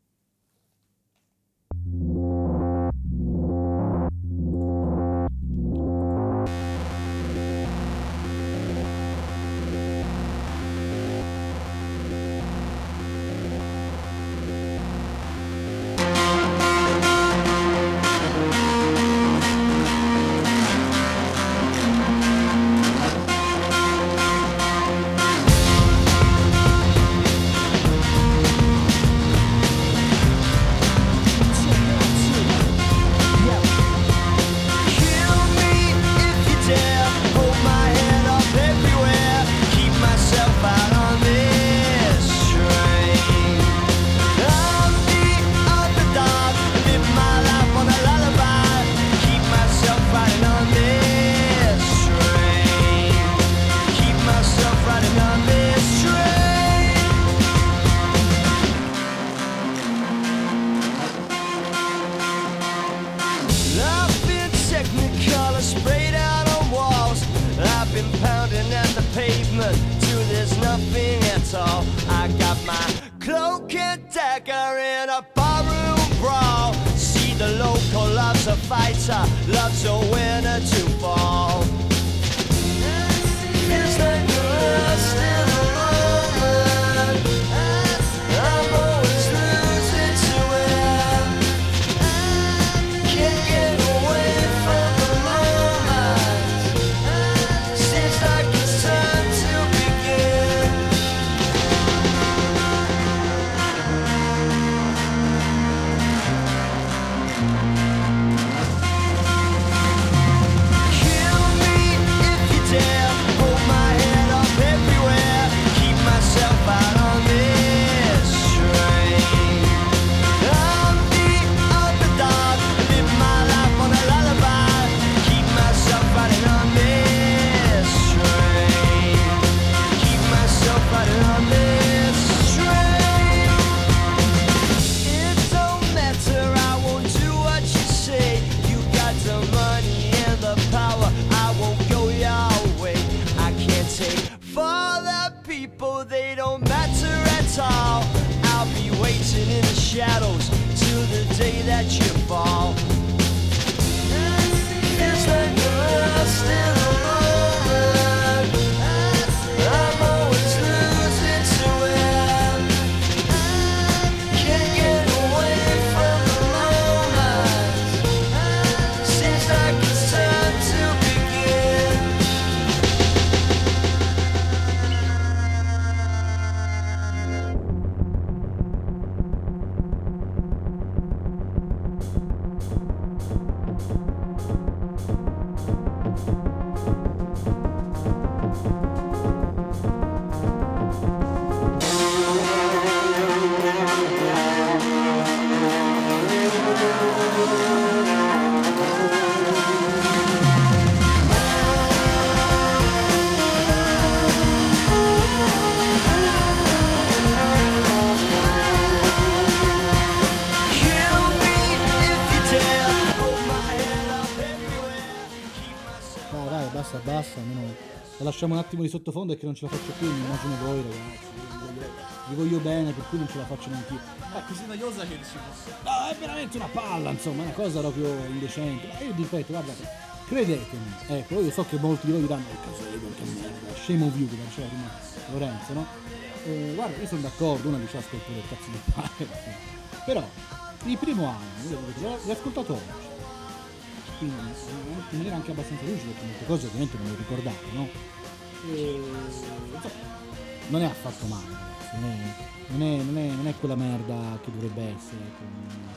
Lasciamo un attimo di sottofondo e che non ce la faccio più, mi immagino voi ragazzi, vi voglio, vi voglio bene per cui non ce la faccio neanche io. È così noiosa che dici no, è veramente una palla, insomma, è una cosa proprio indecente, ma io ripeto, guardate, credetemi, ecco, io so che molti di voi diranno che cosa io, che merda, shame of you, come diceva prima Lorenzo, no? Eh, guarda, io sono d'accordo, uno dice ascolta del cazzo di fare, però il primo anno, l'ho ascoltato oggi, quindi in maniera anche abbastanza lucida, perché molte cose ovviamente non le ricordavo, no? E, insomma, non è affatto male, ragazzi, non, è, non, è, non, è, non è quella merda che dovrebbe essere, con,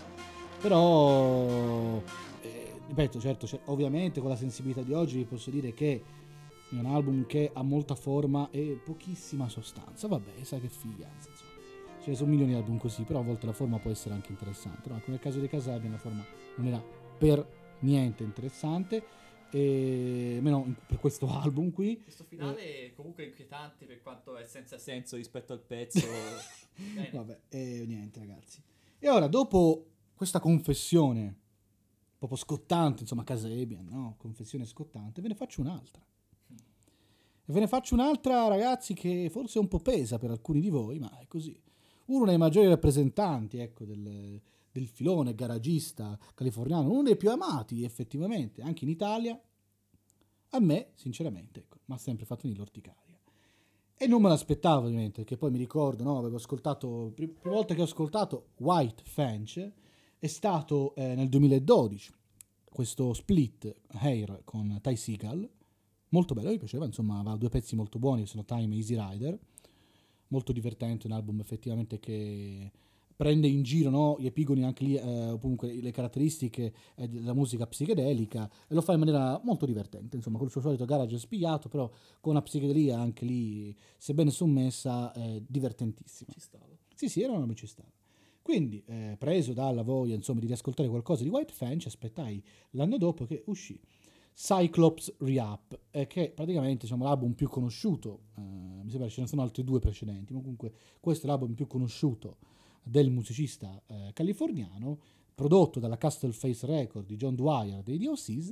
però eh, ripeto, certo, cioè, ovviamente con la sensibilità di oggi vi posso dire che è un album che ha molta forma e pochissima sostanza, vabbè, sai che figazza, insomma. ce ne sono milioni di album così, però a volte la forma può essere anche interessante, no? Ecco, nel caso dei Kasabian la forma non era per niente interessante, e almeno in- per questo album qui. Questo finale è comunque inquietante per quanto è senza senso rispetto al pezzo. Bene. Vabbè, e niente ragazzi. E ora, dopo questa confessione proprio scottante, insomma, Kasabian, no? Confessione scottante, ve ne faccio un'altra. E ve ne faccio un'altra, ragazzi, che forse un po' pesa per alcuni di voi, ma è così. Uno dei maggiori rappresentanti, ecco, del, del filone garagista californiano, uno dei più amati, effettivamente, anche in Italia. A me, sinceramente, ecco, mi ha sempre fatto venire l'orticaria. E non me l'aspettavo, ovviamente, perché poi mi ricordo, no, avevo ascoltato, la prima volta che ho ascoltato White Finch è stato eh, nel duemiladodici, questo split Hair con Ty Segall, molto bello, mi piaceva, insomma, aveva due pezzi molto buoni, sono Time e Easy Rider, molto divertente, un album effettivamente che prende in giro, no, gli epigoni, anche lì, eh, comunque le caratteristiche eh, della musica psichedelica, e lo fa in maniera molto divertente, insomma, col suo solito garage spigliato, però con una psichedelia anche lì, sebbene sommessa, eh, divertentissima. Ci stava. Sì, sì, era una ci stava. Quindi, eh, preso dalla voglia, insomma, di riascoltare qualcosa di White Finch, aspettai l'anno dopo che uscì Cyclops Re-Up, eh, che è praticamente, diciamo, l'album più conosciuto, eh, mi sembra ce ne sono altri due precedenti, ma comunque questo è l'album più conosciuto del musicista eh, californiano, prodotto dalla Castle Face Record di John Dwyer dei D O Cs,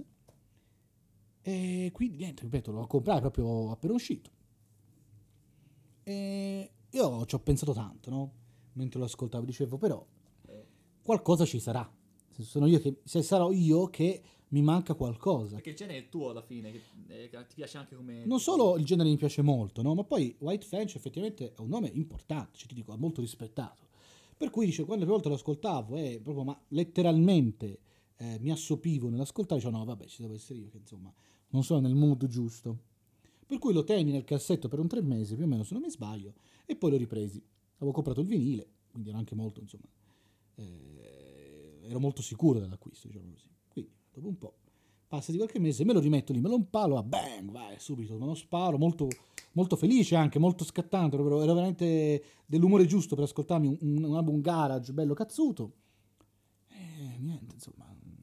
e quindi niente, ripeto, lo comprai proprio appena uscito. E io ci ho pensato tanto, no? Mentre lo ascoltavo, dicevo, però qualcosa ci sarà. Se sono io che, se sarò io che mi manca qualcosa. Perché il genere è tuo alla fine, che, eh, che ti piace anche come... Non solo il genere mi piace molto, no? Ma poi White Finch effettivamente è un nome importante, cioè ti dico, è molto rispettato. Per cui dice, quando le volte lo ascoltavo, eh, proprio, ma letteralmente eh, mi assopivo nell'ascoltare, dicevo, no, vabbè, ci devo essere io, che insomma, non sono nel mood giusto. Per cui lo tenni nel cassetto per un tre mesi, più o meno, se non mi sbaglio, e poi l'ho ripresi. Avevo comprato il vinile, quindi ero anche molto, insomma, eh, ero molto sicuro dell'acquisto, diciamo così. Quindi, dopo un po', passa di qualche mese, me lo rimetto lì, me lo impalo, a bang, vai, subito, me lo sparo, molto, molto felice anche, molto scattante, ero, ero veramente dell'umore giusto per ascoltarmi un, un, un album garage bello cazzuto. E niente, insomma,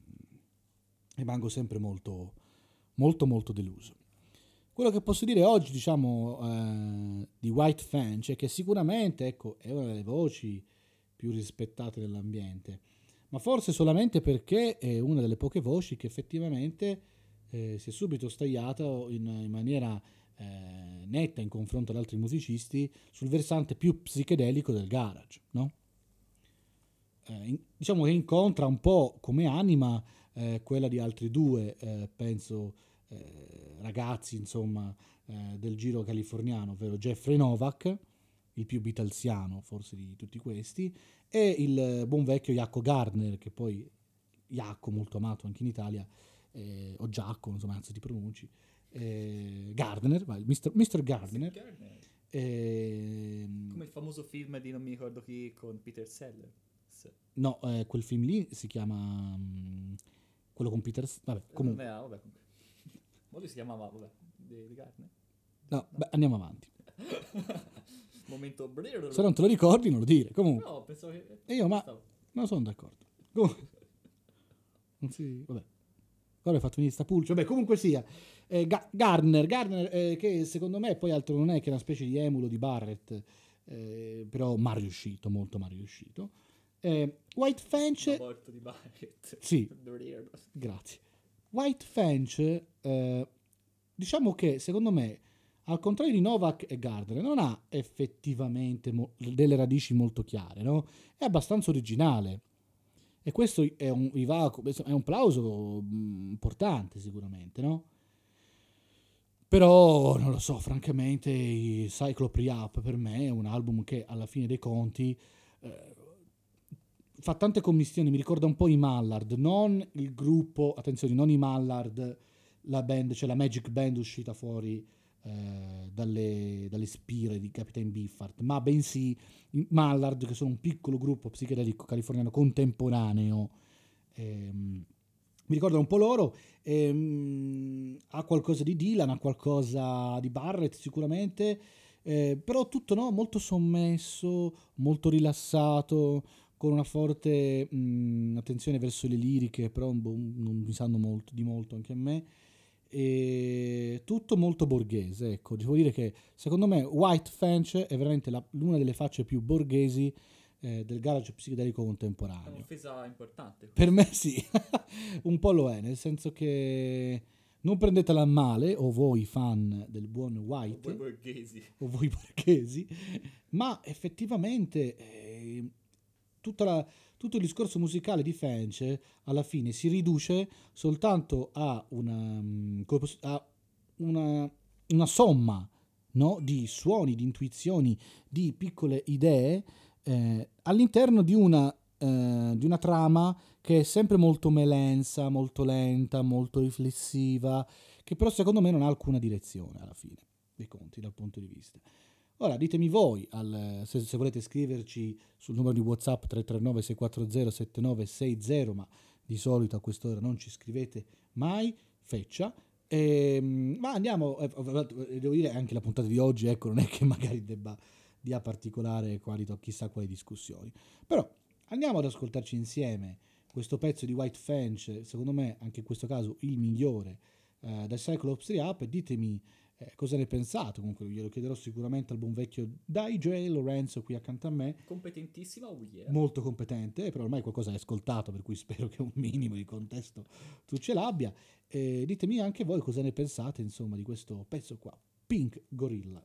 rimango sempre molto, molto, molto deluso. Quello che posso dire oggi, diciamo, eh, di White Finch è che sicuramente, ecco, è una delle voci più rispettate dell'ambiente, ma forse solamente perché è una delle poche voci che effettivamente eh, si è subito stagliata in, in maniera eh, netta in confronto ad altri musicisti sul versante più psichedelico del garage, no? Eh, in, diciamo che incontra un po' come anima eh, quella di altri due, eh, penso, eh, ragazzi, insomma, eh, del giro californiano, ovvero Jeffrey Novak, il più beatlesiano forse di tutti questi, e il buon vecchio Jaco Gardner, che poi Jaco, molto amato anche in Italia, eh, o Giacco, insomma, anzi ti pronunci, eh, Gardner, vai, mister mister Gardner, Gardner. eh, Come il famoso film di non mi ricordo chi con Peter Sellers. no, eh, quel film lì si chiama mh, quello con Peter, vabbè, comunque, Eh, vabbè, comunque. Ma lui si chiamava, vabbè, di, di Gardner. no, beh, andiamo avanti. Momento... Se non te lo ricordi non lo dire, comunque. No, pensavo che... E io, ma Stavo. non sono d'accordo. Comunque, non si, vabbè. Ora hai fatto venire sta pulce. Vabbè, comunque sia. Eh, Ga- Gardner, Gardner eh, che secondo me poi altro non è che una specie di emulo di Barrett, eh, però mal riuscito, molto mal riuscito. Eh, White Finch... L'aborto di Barrett. Sì. Grazie. White Finch, eh, diciamo che secondo me, al contrario di Novak e Gardner, non ha effettivamente mo- delle radici molto chiare, no? È abbastanza originale. E questo è un, gli va- è un plauso mh, importante sicuramente, no? Però, non lo so, francamente, i Cyclops Re-Up per me è un album che alla fine dei conti eh, fa tante commistioni, mi ricorda un po' i Mallard, non il gruppo, attenzione, non i Mallard, la band, cioè la Magic Band uscita fuori eh, dalle, dalle spire di Captain Beefheart, ma bensì i Mallard, che sono un piccolo gruppo psichedelico californiano contemporaneo. Ehm, mi ricorda un po' loro, ehm, ha qualcosa di Dylan, ha qualcosa di Barrett sicuramente, Eh, però tutto no, molto sommesso, molto rilassato, con una forte mh, attenzione verso le liriche, però boh, non mi sanno molto, di molto anche a me. E tutto molto borghese, ecco, devo dire che secondo me White Finch è veramente la- una delle facce più borghesi eh, del garage psichedelico È contemporaneo. un'offesa importante. Per me sì, un po' lo è, nel senso che non prendetela a male, o voi fan del buon O White, voi borghesi. o voi borghesi, ma effettivamente eh, tutta la- tutto il discorso musicale di Finch alla fine si riduce soltanto a una, mm, come posso- a una, una somma, no? Di suoni, di intuizioni, di piccole idee eh, all'interno di una, eh, di una trama che è sempre molto melensa, molto lenta, molto riflessiva, che però secondo me non ha alcuna direzione alla fine dei conti dal punto di vista. Ora ditemi voi, al- se, se volete scriverci sul numero di WhatsApp tre tre nove sei quattro zero sette nove sei zero, ma di solito a quest'ora non ci scrivete mai, feccia. Ehm, ma andiamo, eh, eh, devo dire anche la puntata di oggi, ecco, non è che magari debba dia particolare qualità, chissà quali discussioni. Però andiamo ad ascoltarci insieme questo pezzo di White Finch, secondo me anche in questo caso il migliore eh, del Cyclops Up, e ditemi eh, cosa ne pensate. Comunque glielo chiederò sicuramente al buon vecchio D J Lorenzo qui accanto a me, Competentissima, oh yeah. molto competente, però ormai qualcosa hai ascoltato, per cui spero che un minimo di contesto tu ce l'abbia. E ditemi anche voi cosa ne pensate, insomma, di questo pezzo qua, Pink Gorilla.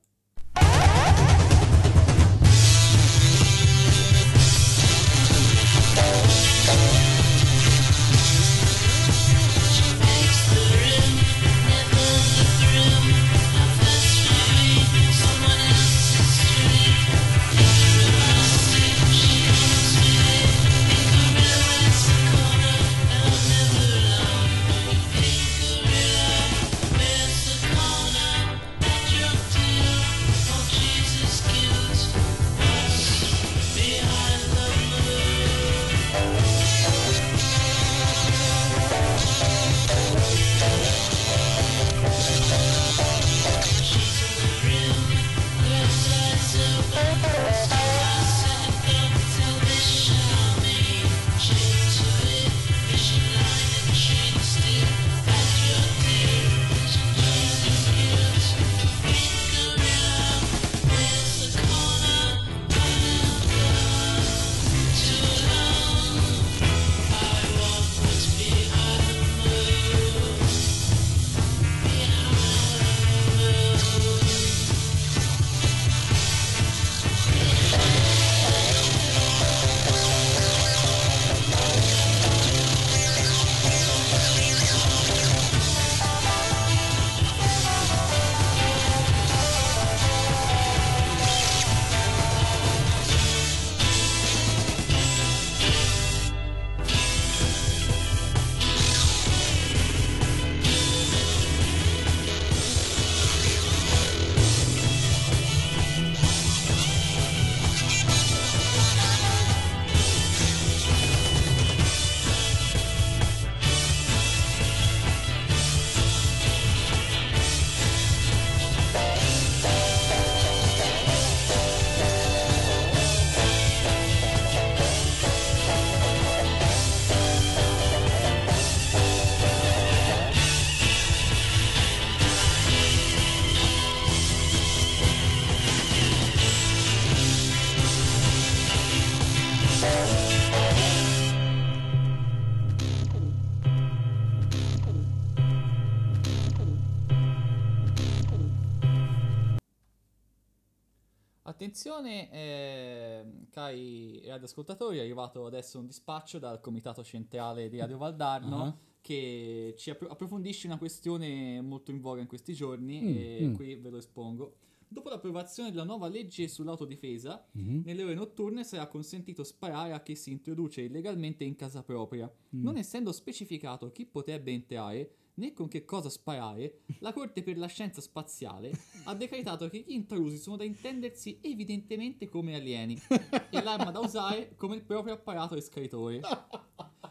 Attenzione, eh, cari radioascoltatori, è arrivato adesso un dispaccio dal Comitato Centrale di Radio Valdarno Ah. che ci appro- approfondisce una questione molto in voga in questi giorni Mm, e mm. qui ve lo espongo. Dopo l'approvazione della nuova legge sull'autodifesa, Mhm. nelle ore notturne sarà consentito sparare a chi si introduce illegalmente in casa propria. Mm. Non essendo specificato chi potrebbe entrare né con che cosa sparare, la Corte per la Scienza Spaziale ha decretato che gli intrusi sono da intendersi evidentemente come alieni e l'arma da usare come il proprio apparato escritore.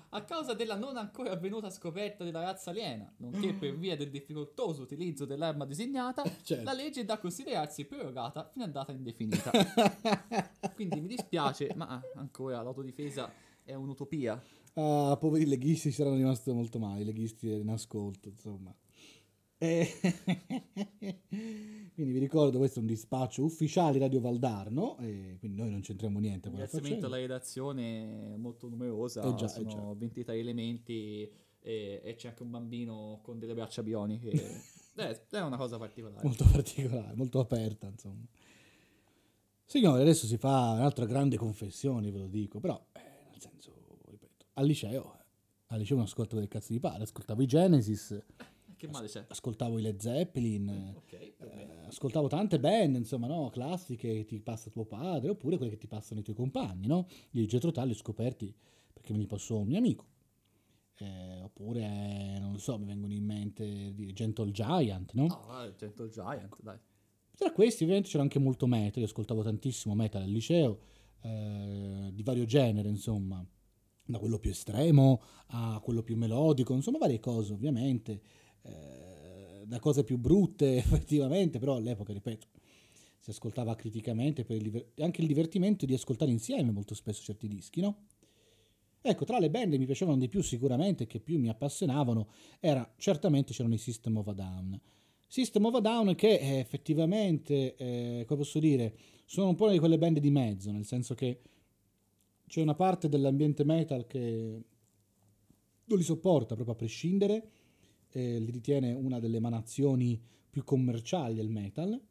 a causa della non ancora avvenuta scoperta della razza aliena, nonché per via del difficoltoso utilizzo dell'arma designata, Certo. la legge è da considerarsi prorogata fino a data indefinita. Quindi mi dispiace, ma ancora l'autodifesa è un'utopia. Ah, poveri leghisti, ci saranno rimasti molto male, i leghisti in ascolto, insomma. E- quindi vi ricordo, questo è un dispaccio ufficiale di Radio Valdarno, e quindi noi non c'entriamo niente con la Ringraziamento alla faccenda. redazione molto numerosa, Eh già, eh sono già. ventitré elementi e, e c'è anche un bambino con delle braccia bioniche. eh, è una cosa particolare. Molto particolare, molto aperta, insomma. Signore, adesso si fa un'altra grande confessione, ve lo dico, però, eh, nel senso, ripeto, al liceo, al liceo non ascoltavo del cazzo di pare, ascoltavo i Genesis, Che male c'è? ascoltavo i Led Zeppelin, Ok, va bene. eh, ascoltavo tante band, insomma, no, classiche che ti passa tuo padre, oppure quelle che ti passano i tuoi compagni, no? Io i Jethro Tull li ho scoperti perché me li passò un mio amico. Eh, oppure, eh, non lo so, mi vengono in mente di Gentle Giant, no? Ah, Gentle Giant, dai. Tra questi ovviamente c'era anche molto metal, io ascoltavo tantissimo metal al liceo, eh, di vario genere, insomma, da quello più estremo a quello più melodico, insomma varie cose ovviamente, eh, da cose più brutte effettivamente, però all'epoca, ripeto, si ascoltava criticamente per il diver- anche il divertimento di ascoltare insieme molto spesso certi dischi, no? Ecco, tra le band che mi piacevano di più sicuramente, che più mi appassionavano, era certamente c'erano i System of a Down. System of a Down che eh, effettivamente, eh, come posso dire, sono un po' di quelle band di mezzo, nel senso che c'è una parte dell'ambiente metal che non li sopporta proprio a prescindere, eh, li ritiene una delle emanazioni più commerciali del metal,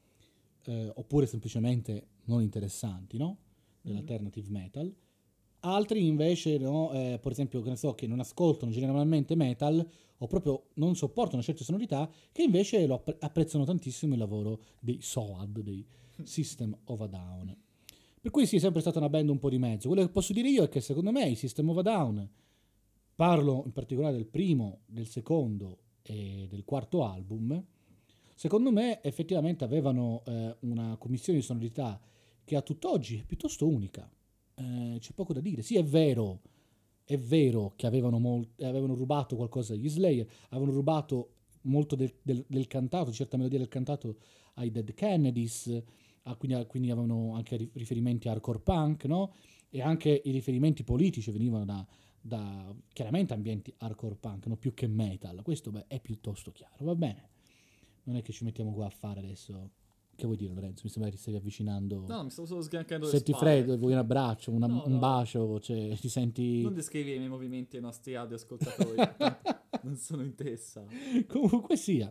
eh, oppure semplicemente non interessanti, no? Dell'alternative metal. Altri invece, no, eh, per esempio, che ne so, che non ascoltano generalmente metal o proprio non sopportano certe sonorità, che invece lo app- apprezzano tantissimo il lavoro dei S O A D, dei System of a Down. Per cui sì, è sempre stata una band un po' di mezzo. Quello che posso dire io è che secondo me i System of a Down, parlo in particolare del primo, del secondo e del quarto album, secondo me effettivamente avevano eh, una commissione di sonorità che a tutt'oggi è piuttosto unica. Eh, c'è poco da dire. Sì, è vero, è vero che avevano, mol- avevano rubato qualcosa agli Slayer, avevano rubato molto del, del- del cantato, certa melodia del cantato ai Dead Kennedys, ah, quindi, quindi avevano anche ri- riferimenti a hardcore punk, no? E anche i riferimenti politici venivano da, da chiaramente ambienti hardcore punk, no? Più che metal. Questo beh, è piuttosto chiaro, va bene? Non è che ci mettiamo qua a fare adesso. Che vuoi dire, Lorenzo? Mi sembra che ti stai avvicinando. No, mi stavo solo sgancando le Senti spalle. freddo, vuoi un abbraccio, una- No, un no. bacio, cioè ti senti... Non descrivi i miei movimenti ai nostri radioascoltatori. Non sono interessato. Comunque sia.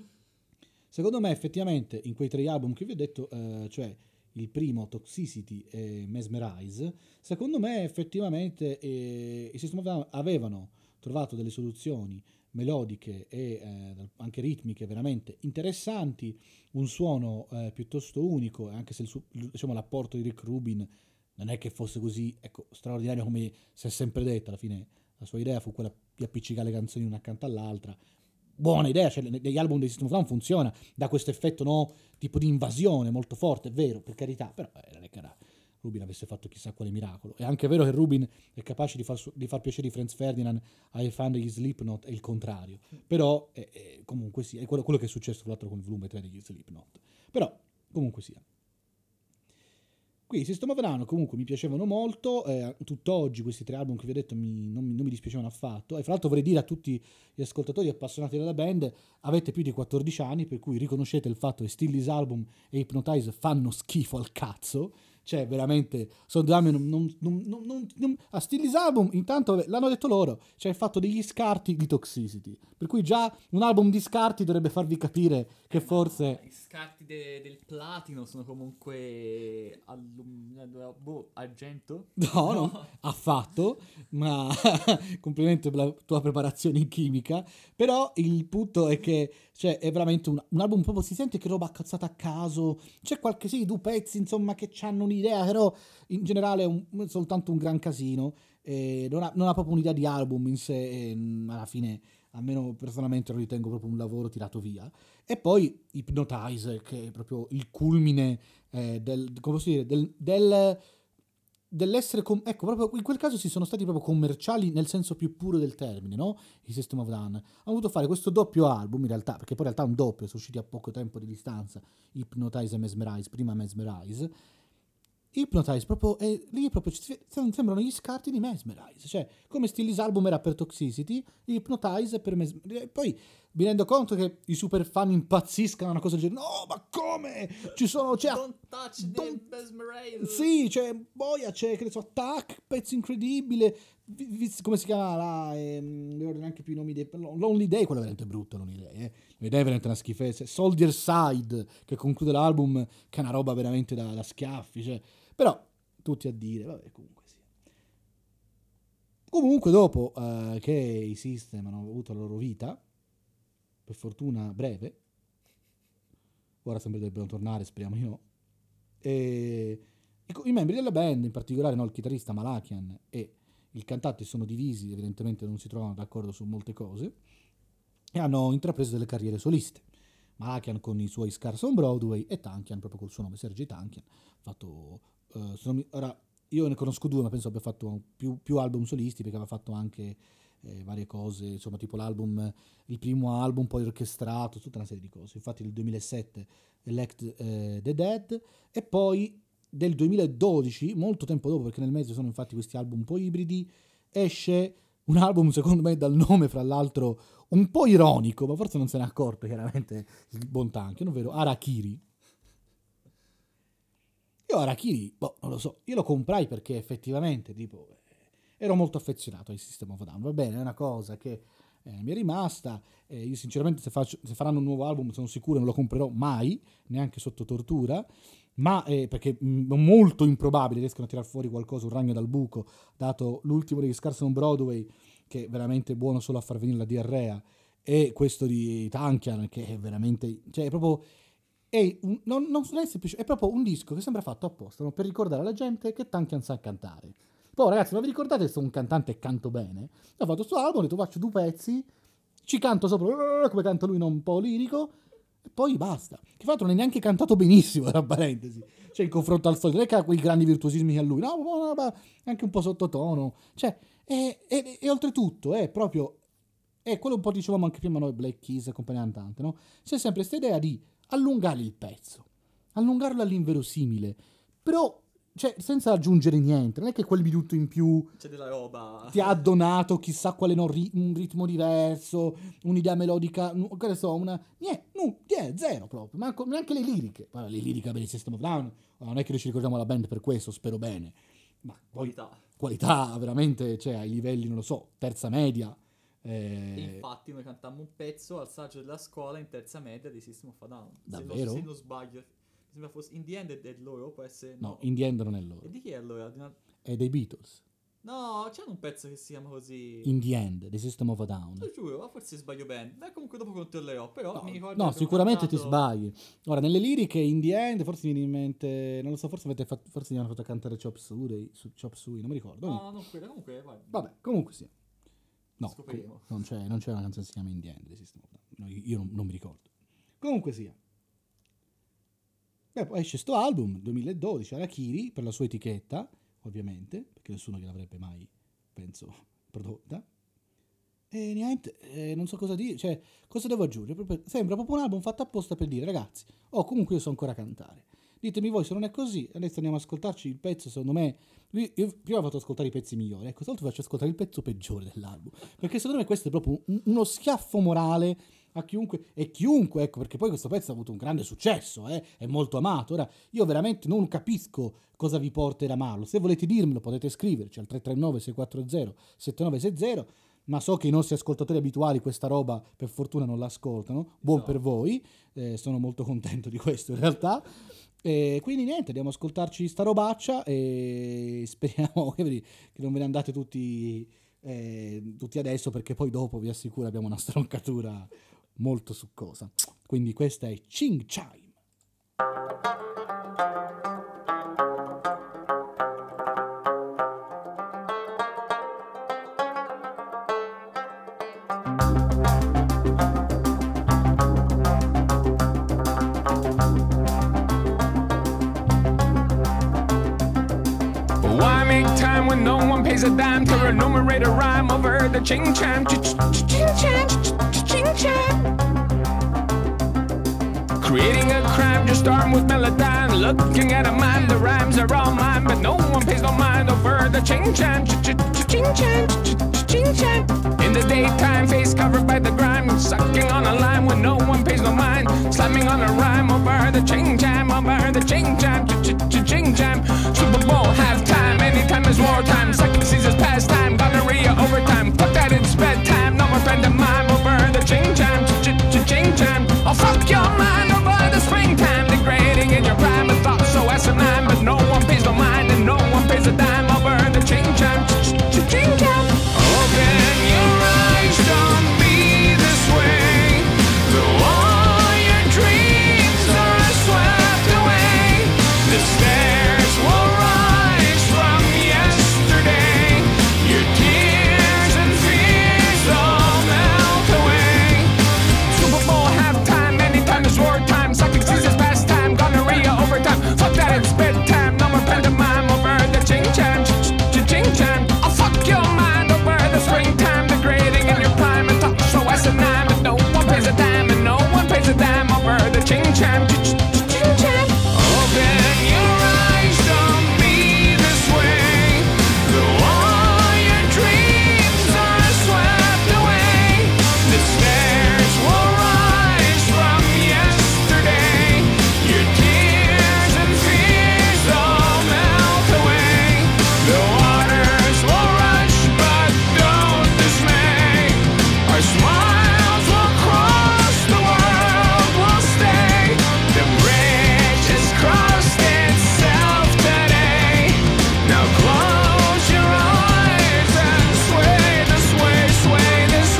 Secondo me effettivamente in quei tre album che vi ho detto, eh, cioè il primo Toxicity e Mesmerize, secondo me effettivamente eh, i System of a Down avevano trovato delle soluzioni melodiche e eh, anche ritmiche veramente interessanti, un suono eh, piuttosto unico, anche se il suo- diciamo, l'apporto di Rick Rubin non è che fosse così ecco, straordinario come si è sempre detto. Alla fine la sua idea fu quella di appiccicare le canzoni una accanto all'altra. Buona idea, cioè ne- negli album dei System of a Down funziona, dà questo effetto no, tipo di invasione molto forte, è vero, per carità, però eh, non è che era- Rubin avesse fatto chissà quale miracolo. È anche vero che Rubin è capace di far, su- di far piacere i Franz Ferdinand ai fan degli Slipknot, è il contrario. Però eh, eh, comunque sia, è quello, quello che è successo tra l'altro con il volume tre degli Slipknot. Però comunque sia. Qui i System of a Down comunque mi piacevano molto, eh, tutt'oggi questi tre album che vi ho detto mi- non, mi, non mi dispiacevano affatto, e fra l'altro vorrei dire a tutti gli ascoltatori appassionati della band, avete più di quattordici anni, per cui riconoscete il fatto che Still This Album e Hypnotize fanno schifo al cazzo, cioè veramente sono due album non, non, non, non, non- a Still This Album intanto vabbè, l'hanno detto loro, cioè il fatto degli scarti di Toxicity, per cui già un album di scarti dovrebbe farvi capire che forse... I scarti de- del platino sono comunque allum- boh, argento? No, no, affatto, ma complimenti per la tua preparazione in chimica, però il punto è che cioè, è veramente un, un album proprio, si sente che roba accazzata a caso, c'è qualche sì, due pezzi insomma che hanno un'idea, però in generale è un- soltanto un gran casino, e non, ha, non ha proprio un'idea di album in sé, e, mm, alla fine almeno personalmente lo ritengo proprio un lavoro tirato via. E poi Hypnotize, che è proprio il culmine eh, del, come posso dire, del, del dell'essere com- ecco, proprio in quel caso si sono stati proprio commerciali nel senso più puro del termine, no? I System of a Down hanno voluto fare questo doppio album in realtà, perché poi in realtà è un doppio, sono usciti a poco tempo di distanza, Hypnotize e Mesmerize, prima Mesmerize. Hypnotize proprio è lì proprio ci sembrano gli scarti di Mesmerize, cioè come Still Album era per Toxicity, Hypnotize è per Mesmerize. Poi mi rendo conto che i super fan impazziscano una cosa del genere. No, ma come? Ci sono c'è Don't touch Don't- the Mesmerize. Sì, c'è boia, c'è che ne so, Attack, pezzo incredibile. Vi- vi- come si chiama là? Ehm, non ricordo neanche più i nomi dei Lonely Day, quello è veramente brutto, Lonely Day, eh. Lonely Day è veramente una schifezza. Soldier Side che conclude l'album, che è una roba veramente da, da schiaffi, cioè. Però tutti a dire, vabbè, comunque sì. Comunque dopo eh, che i System hanno avuto la loro vita, per fortuna breve, ora sempre dovrebbero tornare, speriamo di no, e i, co- i membri della band, in particolare no, il chitarrista Malakian e il cantante sono divisi, evidentemente non si trovano d'accordo su molte cose, e hanno intrapreso delle carriere soliste. Malakian con i suoi Scars on Broadway e Tankian proprio col suo nome, Sergei Tankian, ha fatto... Uh, se non mi- ora io ne conosco due, ma penso abbia fatto più, più album solisti, perché aveva fatto anche eh, varie cose, insomma, tipo l'album, il primo album poi orchestrato, tutta una serie di cose. Infatti nel duemilasette Elect eh, the Dead, e poi del duemiladodici, molto tempo dopo, perché nel mezzo sono infatti questi album un po' ibridi, esce un album secondo me dal nome fra l'altro un po' ironico, ma forse non se n'è accorto chiaramente il buon Tankian, ovvero Harakiri. Io Harakiri, boh, non lo so, io lo comprai perché effettivamente, tipo, eh, ero molto affezionato ai System of a Down, va bene, è una cosa che eh, mi è rimasta, eh, io sinceramente se, faccio, se faranno un nuovo album sono sicuro non lo comprerò mai, neanche sotto tortura, ma eh, perché mh, molto improbabile riescono a tirar fuori qualcosa, un ragno dal buco, dato l'ultimo degli Scars on Broadway, che è veramente buono solo a far venire la diarrea, e questo di Tankian, che è veramente, cioè è proprio... È, un, non, non è semplice, è proprio un disco che sembra fatto apposta, no? Per ricordare alla gente che Tankian sa cantare. Poi ragazzi, ma vi ricordate che sono un cantante e canto bene? Ho fatto questo album, ho detto faccio due pezzi, ci canto sopra come canta lui, non un po' lirico, e poi basta. Che fra l'altro non è neanche cantato benissimo, tra parentesi, cioè in confronto al solito, non è che ha quei grandi virtuosismi che ha lui, no, no, no, anche un po' sottotono, cioè, e, e, e oltretutto è proprio, è quello un po' dicevamo anche prima noi, Black Keys e compagnia cantante, no? C'è sempre questa idea di allungare il pezzo, allungarlo all'inverosimile, però cioè, senza aggiungere niente, non è che quel minuto in più C'è della roba. ti ha donato chissà quale no, ri- un ritmo diverso, un'idea melodica, nu- che ne so, una... Niente, no, niente, zero proprio, manco, neanche le liriche. Vabbè, le liriche per il System of a Down, non è che noi ci ricordiamo la band per questo, spero bene, ma poi Qualità. qualità veramente, cioè ai livelli, non lo so, terza media. E Eh, infatti noi cantammo un pezzo al saggio della scuola in terza media di System of a Down. Se non- Davvero? Se non sbaglio. Mi sembra fosse In the End è loro, può essere... no, in the end non è E loro, di chi è allora? Di una- è dei Beatles. No, c'è un pezzo che si chiama così... In the end, The System of a Down. Lo giuro, ma forse sbaglio bene. Beh, comunque dopo controllerò, però No, mi ricordo no, che abbiamo sicuramente ti cantato- sbagli. Ora, nelle liriche, in the end, forse mi viene in mente, non lo so, forse avete fatto, forse mi hanno fatto cantare Chop Suey, su Chop Suey, non mi ricordo. No, no, non quella, comunque, vai. Vabbè, comunque sì. No, Scopriremo. com- non c'è, non c'è una canzone che si chiama In the end, The System of a Down. No, io io non, non mi ricordo. Comunque sia. Beh, poi esce sto album, duemiladodici, Harakiri, per la sua etichetta, ovviamente, perché nessuno gliel'avrebbe mai, penso, prodotta. E niente, eh, non so cosa dire, cioè, cosa devo aggiungere? Proprio- sembra proprio un album fatto apposta per dire, ragazzi, oh, comunque io so ancora cantare. Ditemi voi se non è così, adesso andiamo ad ascoltarci il pezzo, secondo me, io, io prima ho fatto ascoltare i pezzi migliori, ecco, stavolta faccio ascoltare il pezzo peggiore dell'album, perché secondo me questo è proprio un- uno schiaffo morale a chiunque, e chiunque, ecco, perché poi questo pezzo ha avuto un grande successo, eh, è molto amato. Ora, io veramente non capisco cosa vi porta ad amarlo, se volete dirmelo potete scriverci al tre tre nove sei quattro zero sette nove sei zero, ma so che i nostri ascoltatori abituali questa roba per fortuna non l'ascoltano, buon per voi, eh, sono molto contento di questo in realtà. E quindi niente, andiamo ad ascoltarci sta robaccia e speriamo che, vedi, che non ve ne andate tutti, eh, tutti adesso, perché poi dopo vi assicuro abbiamo una stroncatura molto succosa. Quindi questa è Ching Chime. Why daytime when no one pays a dime to enumerate a rhyme over the ching cham, ching cham, ching cham. Creating a crime just armed with melodyne, looking at a mime, the rhymes are all mine, but no one pays no mind over the ching cham, ching cham, ching cham. In the daytime, face covered by the grime, sucking on a lime when no one pays no mind, slamming on a rhyme over the ching cham, over the ching cham, ching cham. Super Bowl halftime, anytime is wartime, second season's pastime, gonorrhea overtime, fuck that it's bedtime, no more friend of mine over the ching cham, ching cham. I'll fuck your mind over the springtime, degrading in your prime, a thought so asinine, but no one pays no mind and no one pays a dime over the ching cham, ching cham. Open your eyes, don't be this way, though all your dreams are swept away, the stairs will rise from yesterday, your tears and fears all melt away. Super Bowl halftime, anytime is wartime, sucking seasons pastime, gonorrhea overtime, fuck that it's bedtime, no more pantomime over the ching cham, ching cham. I'll fuck your mind over the springtime, degrading in your prime, and talk so asinine, but no one pays a dime, and no one pays a dime over the ching cham, ching cham. Open your eyes, don't be this way, though all your dreams are swept away, the stairs will rise from yesterday, your tears and fears all melt away, the waters will rush but don't dismay, our smiles will cross, the world will stay, the bridge has crossed itself today, now close your eyes and sway this way, sway this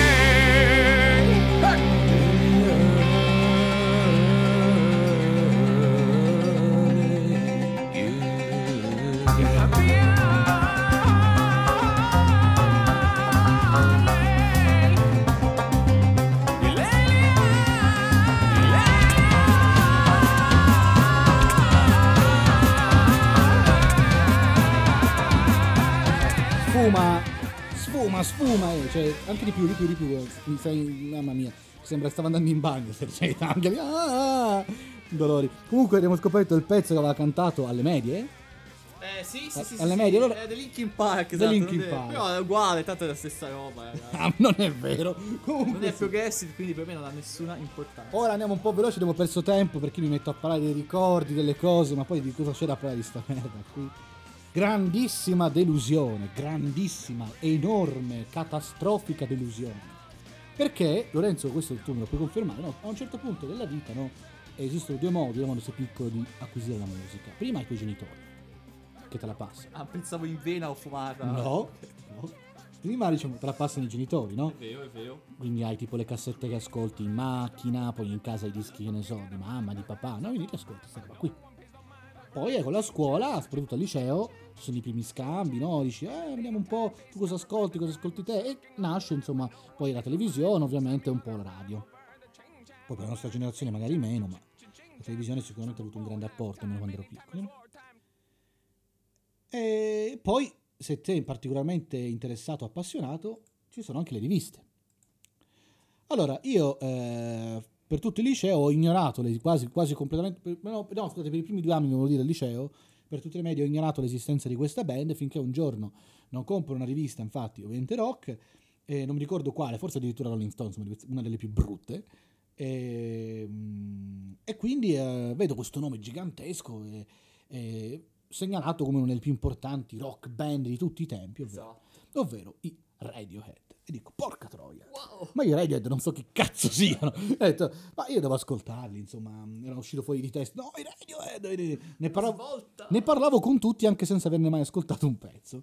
way. Hey! Sfuma, sfuma, sfuma, eh. Cioè, anche di più, di più, di più. eh. Mi stai, mamma mia, sembra che stavo andando in bagno. Cioè, anche lì, ah, dolori. Comunque abbiamo scoperto il pezzo che aveva cantato alle medie. Eh sì, sì, sì, Alle sì, medie, sì, allora- è The Linkin Park, The esatto, Linkin non è- Park. Però è uguale, tanto è la stessa roba, ragazzi. Ah, non è vero. Comunque, Non è sì. progressive, quindi per me non ha nessuna importanza. Ora andiamo un po' veloci, abbiamo perso tempo perché mi metto a parlare dei ricordi, delle cose, ma poi di cosa c'è da parlare di sta merda qui. Grandissima delusione, grandissima, enorme, catastrofica delusione. Perché, Lorenzo, questo tu me lo puoi confermare, no? A un certo punto della vita, no? Esistono due modi, quando sei piccolo, di acquisire la musica. Prima i tuoi genitori, che te la passano. Ah, pensavo in vena o fumata. No, no. Prima, diciamo, te la passano i genitori, no? È vero, è vero. Quindi hai tipo le cassette che ascolti in macchina, poi in casa i dischi, che ne so, di mamma, di papà, no? Quindi ti ascolti questa roba qui. Poi eh, con la scuola, soprattutto al liceo, ci sono i primi scambi, no? Dici, eh, vediamo un po' tu cosa ascolti, cosa ascolti te, e nasce, insomma, poi la televisione, ovviamente, un po' la radio. Poi per la nostra generazione magari meno, ma la televisione sicuramente ha avuto un grande apporto, almeno quando ero piccolo. no? E poi, se te particolarmente interessato, appassionato, ci sono anche le riviste. Allora, io eh, per tutto il liceo ho ignorato, le, quasi, quasi completamente, per- no, no, scusate, per i primi due anni, devo dire, al liceo, per tutte le medie ho ignorato l'esistenza di questa band, finché un giorno non compro una rivista, infatti, ovviamente rock, e non mi ricordo quale, forse addirittura Rolling Stones, una delle più brutte, e, mm, e quindi eh, vedo questo nome gigantesco e, e segnalato come una delle più importanti rock band di tutti i tempi, ovvero, Esatto. ovvero i Radiohead. E dico, porca troia, Wow. ma i Radiohead non so che cazzo siano. Ho detto, ma io devo ascoltarli, insomma, era uscito fuori di testa. No, i Radiohead, ne, ne parlavo, Svolta. ne parlavo con tutti anche senza averne mai ascoltato un pezzo.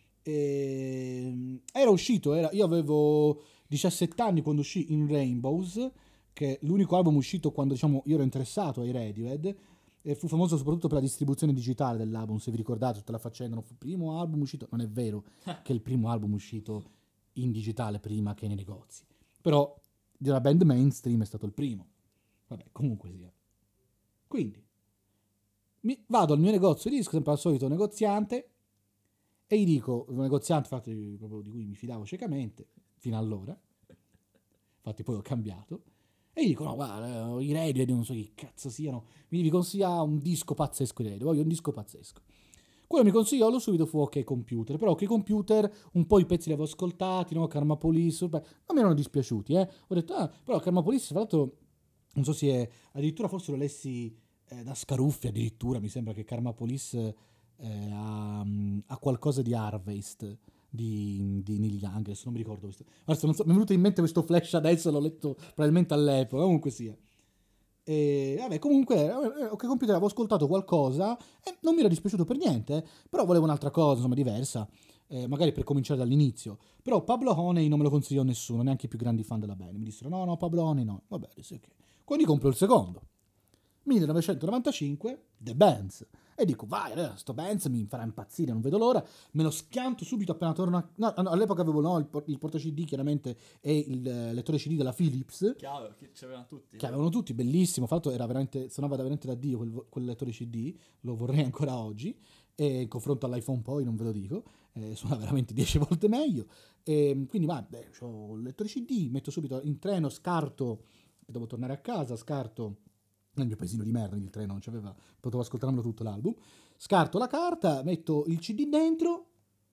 E, era uscito, era, io avevo diciassette anni quando uscì In Rainbows, che è l'unico album uscito quando, diciamo, io ero interessato ai Radiohead, e fu famoso soprattutto per la distribuzione digitale dell'album, se vi ricordate tutta la faccenda, non fu il primo album uscito, non è vero che è il primo album uscito in digitale prima che nei negozi, però di una band mainstream è stato il primo. Vabbè, comunque sia. Quindi mi vado al mio negozio di disco, sempre al solito negoziante, E gli dico, un negoziante fatto di, proprio di cui mi fidavo ciecamente, fino allora, infatti poi ho cambiato, e gli dico, no, guarda, i Radiohead non so chi cazzo siano, mi devi consigliare un disco pazzesco di Radiohead, voglio un disco pazzesco. Quello mi consigliò, lo subito fu OK Computer, però OK Computer un po' i pezzi li avevo ascoltati, no? Karma Police, beh, non mi erano dispiaciuti, eh. Ho detto, ah, però Karma Police, tra l'altro, non so se è, addirittura forse lo lessi eh, da Scaruffi, addirittura, mi sembra che Karma Police eh, ha, ha qualcosa di Harvest, di, di Neil Young, adesso non mi ricordo questo. Adesso non so, mi è venuto in mente questo flash adesso, l'ho letto probabilmente all'epoca, comunque sia. E vabbè, comunque, OK Computer avevo ascoltato qualcosa e non mi era dispiaciuto per niente, eh, però volevo un'altra cosa, insomma, diversa, eh, magari per cominciare dall'inizio. Però Pablo Honey non me lo consigliò nessuno, neanche i più grandi fan della band. Mi dissero, no, no, Pablo Honey no. Vabbè, dissi, ok. Quindi compro il secondo. millenovecentonovantacinque, The Bands. E dico, vai, allora, sto Bands mi farà impazzire, non vedo l'ora. Me lo schianto subito appena torno a... No, no, all'epoca avevo no, il, por- il porta C D, chiaramente, e il eh, lettore C D della Philips. Chiaro, che ce l'avevano tutti. Che avevano tutti, bellissimo. Fra l'altro era veramente, suonava veramente da Dio quel, quel lettore C D. Lo vorrei ancora oggi. E in confronto all'iPhone poi, non ve lo dico. Eh, suona veramente dieci volte meglio. E quindi, vabbè, ho il lettore C D, metto subito in treno, scarto, e devo tornare a casa, scarto... nel mio paesino di merda, il treno non c'aveva, potevo ascoltarmelo tutto l'album, scarto la carta, metto il C D dentro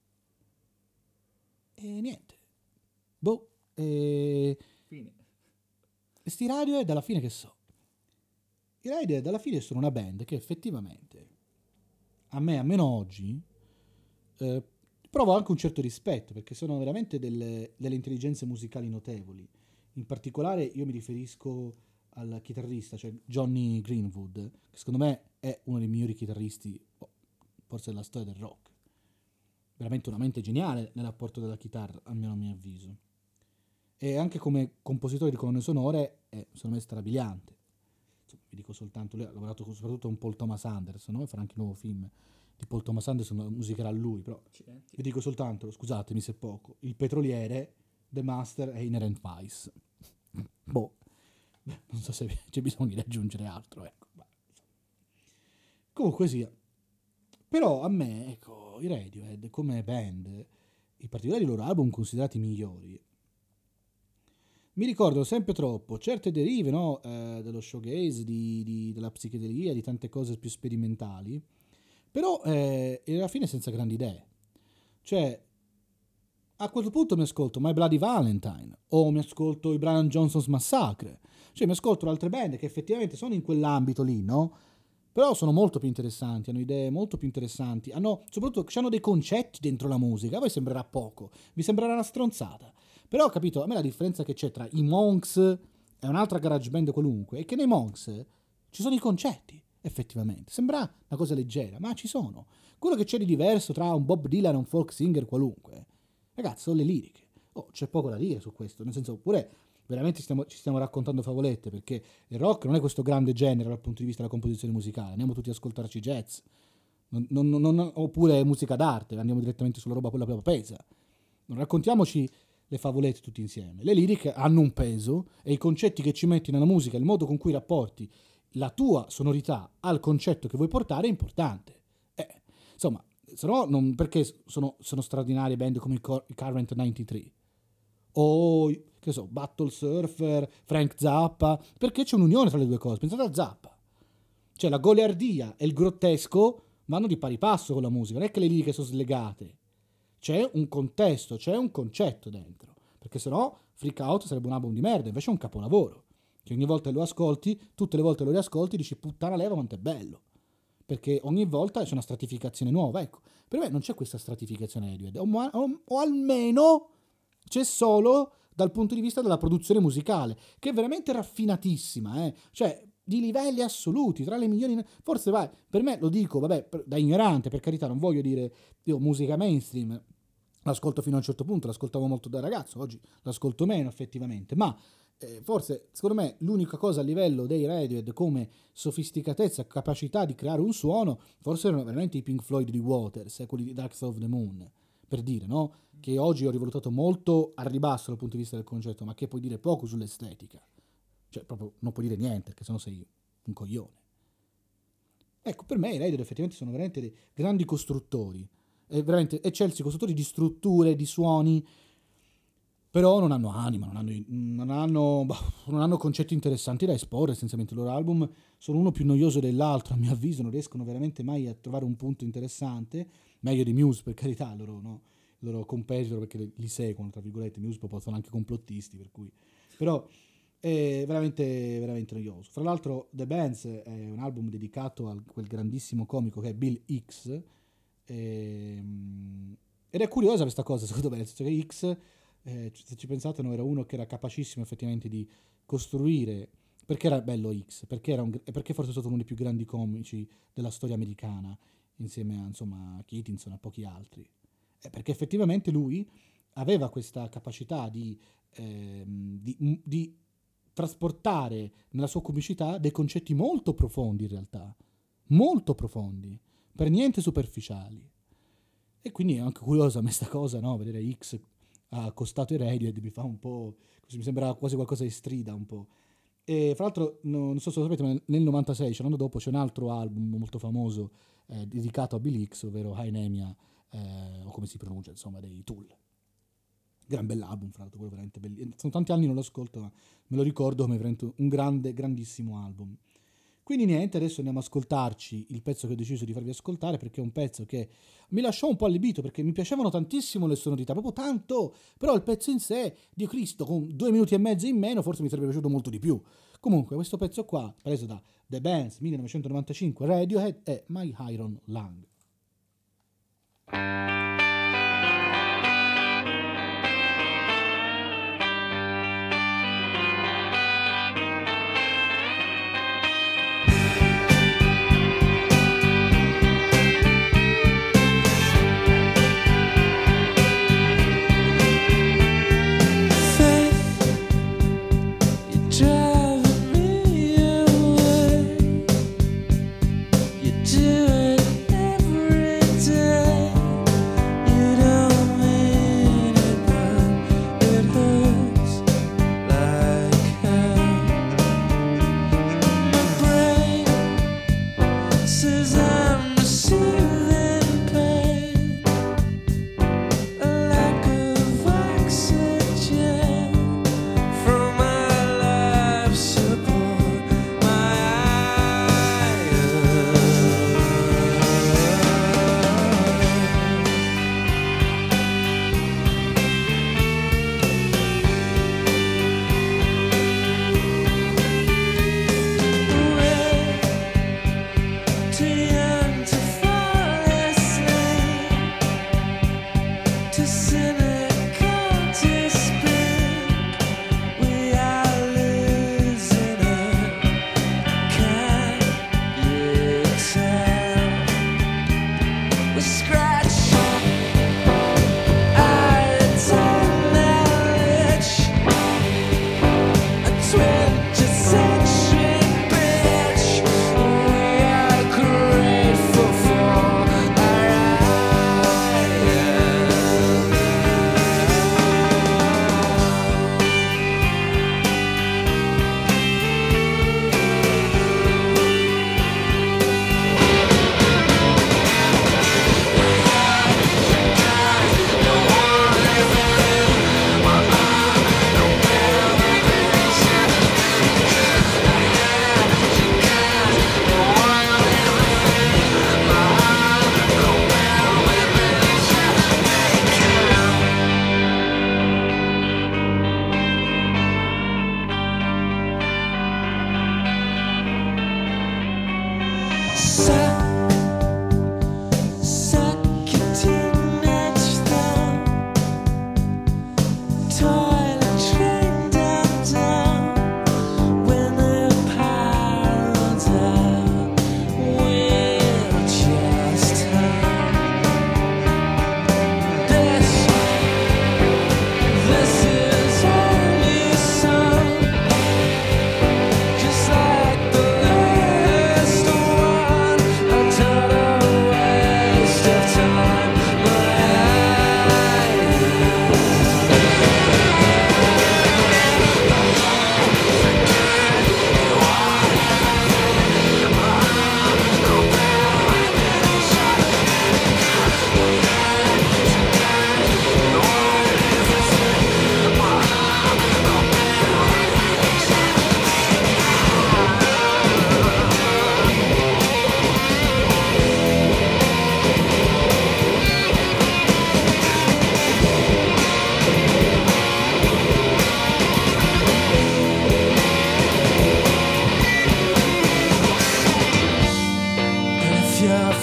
e niente, boh, e, Fine. e sti Radiohead alla fine che so, i Radiohead alla fine sono una band che effettivamente a me, almeno oggi, eh, provo anche un certo rispetto, perché sono veramente delle, delle intelligenze musicali notevoli. In particolare io mi riferisco al chitarrista, cioè Johnny Greenwood, che secondo me è uno dei migliori chitarristi, forse della storia del rock. Veramente una mente geniale nell'apporto della chitarra, almeno a mio avviso. E anche come compositore di colonne sonore è, secondo me, strabiliante. Insomma, vi dico soltanto, lui ha lavorato con- soprattutto con Paul Thomas Anderson, no? E farà anche un nuovo film di Paul Thomas Anderson, lo musicherà lui, però Accidenti. vi dico soltanto, scusatemi se è poco, Il Petroliere, The Master e Inherent Vice. Boh. Non so se c'è bisogno di aggiungere altro, ecco. Ma, comunque sia. Però a me, ecco, i Radiohead come band, in particolare i loro album considerati migliori, mi ricordano sempre troppo certe derive, no, eh, dello shoegaze, di, di- della psichedelia, di tante cose più sperimentali, però eh, alla fine senza grandi idee. Cioè, a quel punto mi ascolto My Bloody Valentine o mi ascolto i Brian Johnson's Massacre, cioè mi ascolto altre band che effettivamente sono in quell'ambito lì, no? Però sono molto più interessanti, hanno idee molto più interessanti, hanno soprattutto hanno dei concetti dentro la musica. A voi sembrerà poco, vi sembrerà una stronzata, però capito, a me la differenza che c'è tra i Monks e un'altra garage band qualunque è che nei Monks ci sono i concetti, effettivamente. Sembra una cosa leggera, ma ci sono. Quello che c'è di diverso tra un Bob Dylan e un folk singer qualunque, ragazzi, sono le liriche. Oh, c'è poco da dire su questo, nel senso, oppure veramente stiamo- ci stiamo raccontando favolette, perché il rock non è questo grande genere dal punto di vista della composizione musicale. Andiamo tutti ad ascoltarci jazz, non- non- non- oppure musica d'arte, andiamo direttamente sulla roba quella proprio pesa. Non raccontiamoci le favolette tutti insieme. Le liriche hanno un peso e i concetti che ci metti nella musica, il modo con cui rapporti la tua sonorità al concetto che vuoi portare è importante. Eh, insomma, se no, non, perché sono, sono straordinarie band come i, Cor- i Current novantatré o i- che so, Battle Surfer, Frank Zappa, perché c'è un'unione tra le due cose. Pensate a Zappa, cioè la goliardia e il grottesco vanno di pari passo con la musica, non è che le liriche sono slegate, c'è un contesto, c'è un concetto dentro, perché sennò Freak Out sarebbe un album di merda, invece è un capolavoro, che ogni volta che lo ascolti, tutte le volte che lo riascolti, dici puttana leva quanto è bello, perché ogni volta c'è una stratificazione nuova. Ecco, per me non c'è questa stratificazione Radiohead, o, ma- o- o almeno c'è solo dal punto di vista della produzione musicale, che è veramente raffinatissima, eh? Cioè di livelli assoluti, tra le migliori, forse vai, per me lo dico, vabbè, per- da ignorante, per carità, non voglio dire io musica mainstream, l'ascolto fino a un certo punto, l'ascoltavo molto da ragazzo, oggi l'ascolto meno effettivamente, ma eh, forse secondo me l'unica cosa a livello dei Radiohead come sofisticatezza, capacità di creare un suono, forse erano veramente i Pink Floyd di Waters, eh, quelli di Dark Side of the Moon, per dire, no? Che oggi ho rivalutato molto al ribasso dal punto di vista del concetto, ma che puoi dire poco sull'estetica, cioè proprio non puoi dire niente, perché sennò sei un coglione. Ecco, per me i Radiohead effettivamente sono veramente dei grandi costruttori, è veramente eccelsi costruttori di strutture, di suoni, però non hanno anima, non hanno, non hanno, bah, non hanno concetti interessanti da esporre. Essenzialmente i loro album sono uno più noioso dell'altro, a mio avviso non riescono veramente mai a trovare un punto interessante, meglio di Muse per carità, loro, no? I loro competitor, perché li seguono, tra virgolette. Muse poi sono anche complottisti, per cui, però è veramente, veramente noioso. Fra l'altro The Bands è un album dedicato a quel grandissimo comico che è Bill Hicks, ehm, ed è curiosa questa cosa, secondo me, nel senso che Hicks, eh, se ci pensate, no, era uno che era capacissimo effettivamente di costruire, perché era bello Hicks, perché, era un, perché forse è stato uno dei più grandi comici della storia americana, insieme a, insomma, a Keatinson e a pochi altri, eh, perché effettivamente lui aveva questa capacità di, ehm, di, di trasportare nella sua comicità dei concetti molto profondi, in realtà molto profondi, per niente superficiali. E quindi è anche curiosa questa cosa, no? Vedere Hicks accostato ai Radiohead mi fa un po', così mi sembra quasi qualcosa di strida un po'. E fra l'altro no, non so se lo sapete, ma nel novantasei, cioè l'anno dopo, c'è un altro album molto famoso eh, dedicato a Bill Hicks, ovvero Hynemia, eh, o come si pronuncia, insomma, dei Tool. Gran bell'album, fra l'altro, quello veramente bellissimo. Sono tanti anni non lo ascolto, ma me lo ricordo come veramente un grande, grandissimo album. Quindi niente, adesso andiamo ad ascoltarci il pezzo che ho deciso di farvi ascoltare, perché è un pezzo che mi lasciò un po' allibito, perché mi piacevano tantissimo le sonorità, proprio tanto, però il pezzo in sé, Dio Cristo, con due minuti e mezzo in meno, forse mi sarebbe piaciuto molto di più. Comunque, questo pezzo qua, preso da The Bands millenovecentonovantacinque, Radiohead, è My Iron Lung. Do it every day.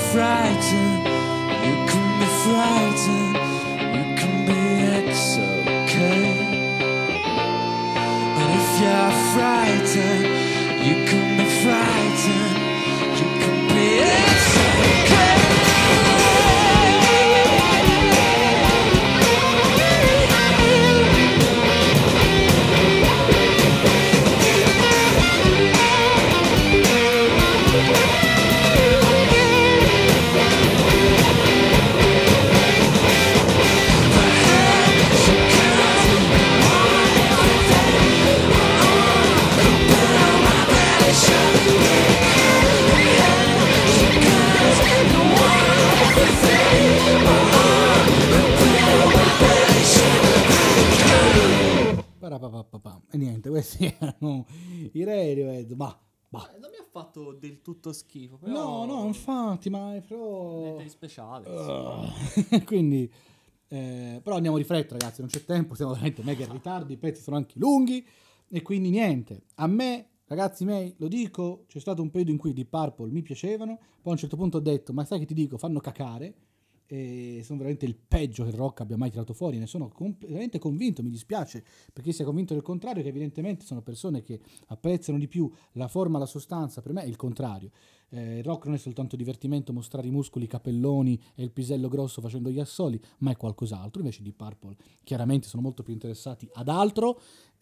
frightened, you can be frightened, you can be ex-okay. And if you're frightened, you can be frightened, you can be ex-okay. Parapapapapam. E niente, questi erano i Radiohead, ma, ma. Eh, non mi ha fatto del tutto schifo, No, però... no, infatti, ma è però... Niente di speciale. Uh, quindi, eh, però andiamo di fretta, ragazzi, non c'è tempo, siamo veramente mega in ritardo, i pezzi sono anche lunghi, e quindi niente. A me, ragazzi miei, lo dico, c'è stato un periodo in cui i Deep Purple mi piacevano, poi a un certo punto ho detto, ma sai che ti dico, fanno cacare, e sono veramente il peggio che il rock abbia mai tirato fuori, ne sono completamente convinto, mi dispiace per chi sia convinto del contrario, che evidentemente sono persone che apprezzano di più la forma, la sostanza. Per me è il contrario, eh, il rock non è soltanto divertimento, mostrare i muscoli, i capelloni e il pisello grosso facendo gli assoli, ma è qualcos'altro. Invece di Purple chiaramente sono molto più interessati ad altro,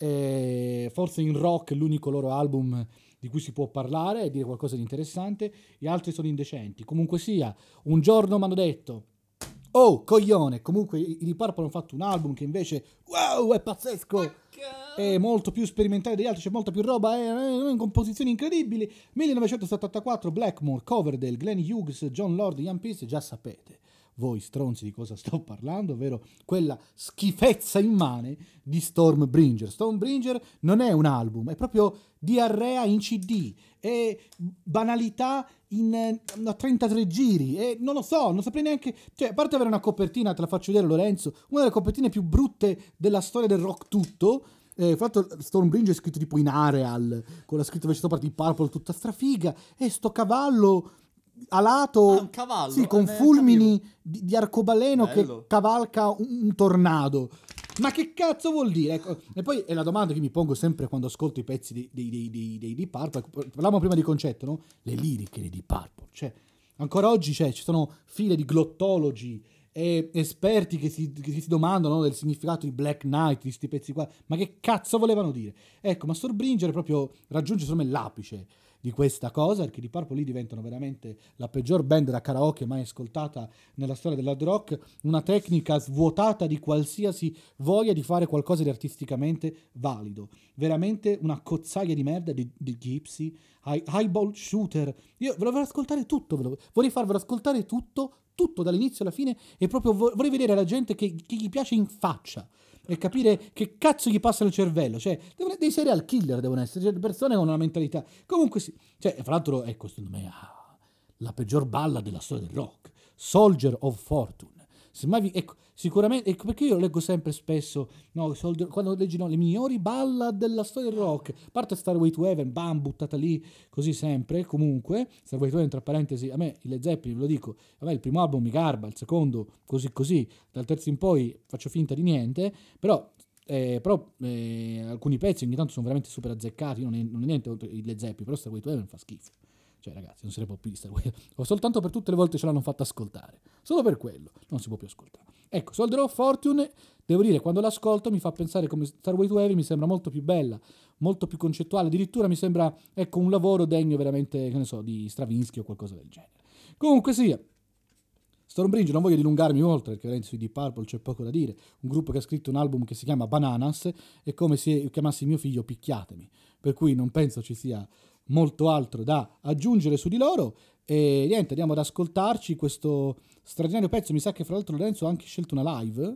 eh, forse in rock è l'unico loro album di cui si può parlare e dire qualcosa di interessante, gli altri sono indecenti. Comunque sia, un giorno mi hanno detto: oh, coglione, comunque i Deep Purple hanno fatto un album che invece, wow, è pazzesco, è molto più sperimentale degli altri, c'è molta più roba, è, è, è composizioni incredibili. millenovecentosettantaquattro, Blackmore, Coverdale, Glenn Hughes, John Lord, Ian Pearce, già sapete voi stronzi di cosa sto parlando, ovvero quella schifezza immane di Stormbringer. Stormbringer non è un album, è proprio diarrea in C D, è banalità in a trentatré giri, e non lo so, non saprei neanche, cioè, a parte avere una copertina, te la faccio vedere Lorenzo, una delle copertine più brutte della storia del rock tutto. Eh, fatto Stormbringer è scritto tipo in Areal, con la scritta invece sopra di Purple tutta strafiga, e sto cavallo alato, Ah, un cavallo? sì, con Eh, fulmini di, di arcobaleno Bello. che cavalca un, un tornado. Ma che cazzo vuol dire? Ecco, e poi è la domanda che mi pongo sempre quando ascolto i pezzi dei, dei, dei, dei, dei Deep Purple. Parlavamo prima di concetto, no? Le liriche dei Deep Purple. Cioè, ancora oggi cioè, ci sono file di glottologi e esperti che si, che si domandano, no, del significato di Black Knight, di questi pezzi qua. Ma che cazzo volevano dire? Ecco, ma Stormbringer proprio raggiunge secondo me l'apice di questa cosa, perché di Purple lì diventano veramente la peggior band da karaoke mai ascoltata nella storia dell'hard rock, una tecnica svuotata di qualsiasi voglia di fare qualcosa di artisticamente valido, veramente una cozzaia di merda di, di Gypsy, high, Highball Shooter. Io ve lo vorrei ascoltare tutto, ve lo, vorrei farvelo ascoltare tutto, tutto dall'inizio alla fine, e proprio vorrei vedere la gente che, che gli piace in faccia e capire che cazzo gli passa nel cervello. Cioè, devono, dei serial killer devono essere, cioè, persone con una mentalità. Comunque sì, cioè, fra l'altro, ecco, secondo me, ah, la peggior balla della storia del rock, Soldier of Fortune. Se mai vi, ecco, sicuramente, ecco perché io leggo sempre spesso, no, Soldier, quando leggi no, le migliori ballad della storia del rock, a parte Starway to Heaven, bam, buttata lì, così sempre. Comunque, Starway to Heaven, tra parentesi, a me, i Led Zeppelin, ve lo dico, a me il primo album mi garba, il secondo così così, dal terzo in poi faccio finta di niente, però... Eh, però eh, alcuni pezzi ogni tanto sono veramente super azzeccati, non è, non è niente oltre i Led Zeppelin, però Starway to Heaven fa schifo. Cioè, ragazzi, non se ne può più di Starway. O soltanto per tutte le volte ce l'hanno fatta ascoltare. Solo per quello non si può più ascoltare. Ecco, Soldier of Fortune, devo dire, quando l'ascolto mi fa pensare come Starway to Heaven mi sembra molto più bella, molto più concettuale. Addirittura mi sembra, ecco, un lavoro degno veramente, che ne so, di Stravinsky o qualcosa del genere. Comunque sia, Stormbringer, non voglio dilungarmi oltre, perché veramente sui Deep Purple c'è poco da dire. Un gruppo che ha scritto un album che si chiama Bananas, è come se chiamassi mio figlio Picchiatemi, per cui non penso ci sia molto altro da aggiungere su di loro. E niente, andiamo ad ascoltarci questo straordinario pezzo. Mi sa che fra l'altro Lorenzo ha anche scelto una live.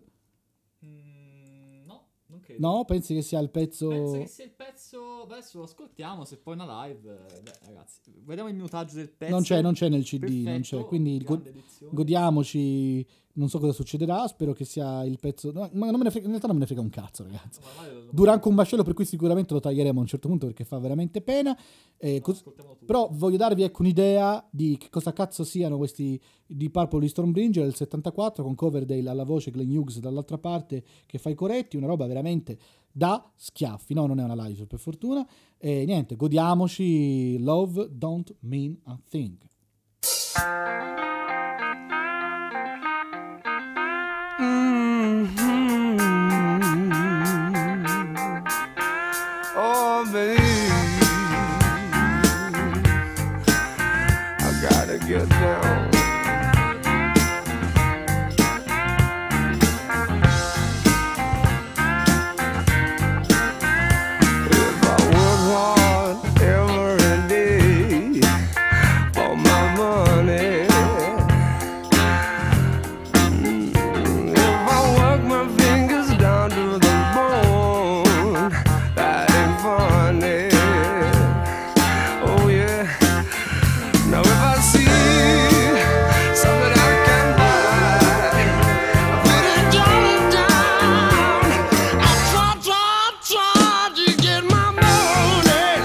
Mm, no, non credo. No? Pensi che sia il pezzo... Penso che sia il pezzo. Adesso lo ascoltiamo. Se poi una live, eh, beh, ragazzi, vediamo il minutaggio del pezzo. Non c'è, non c'è nel C D, Perfetto, non c'è. Quindi go- grande edizione. godiamoci non so cosa succederà, spero che sia il pezzo, no, ma non me ne frega, in realtà non me ne frega un cazzo, ragazzi. Dura anche un mascello, per cui sicuramente lo taglieremo a un certo punto perché fa veramente pena. Eh, cos- però voglio darvi ecco un'idea di che cosa cazzo siano questi di Purple di Stormbringer del settantaquattro, con Coverdale alla voce, Glenn Hughes dall'altra parte che fa i coretti, una roba veramente da schiaffi. No, non è una live per fortuna. E niente, godiamoci Love Don't Mean a Thing. Oh, baby, I gotta get down. If I work hard every day for my money, mm, if I work my fingers down to the bone, that ain't funny. Oh yeah. Now if I see something I can buy, I put a dollar down. I try, try, try to get my money.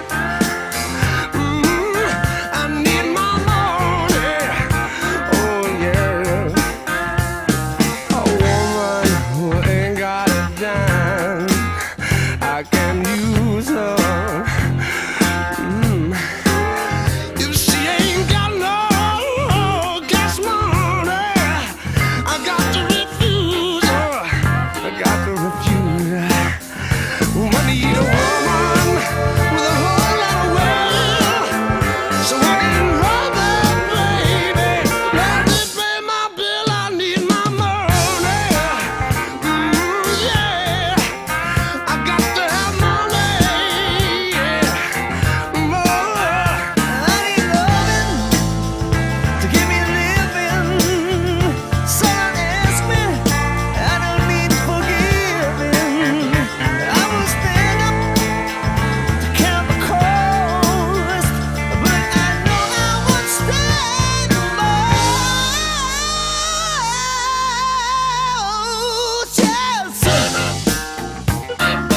Mm, I need my money. Oh yeah. A woman who ain't got a dime, I can use her. Mm. If she ain't got no gas money, I got to refuse her. I got to refuse her. I need a woman with a whole lot of will, so I can rub that baby. Let me pay my bill, I need my money. Mm, yeah, I got to have money. Yeah. More. I need loving to give me living. Someone ask me, I don't need forgiving. I will stand up to count the cost, but I know I won't stand much. Yes.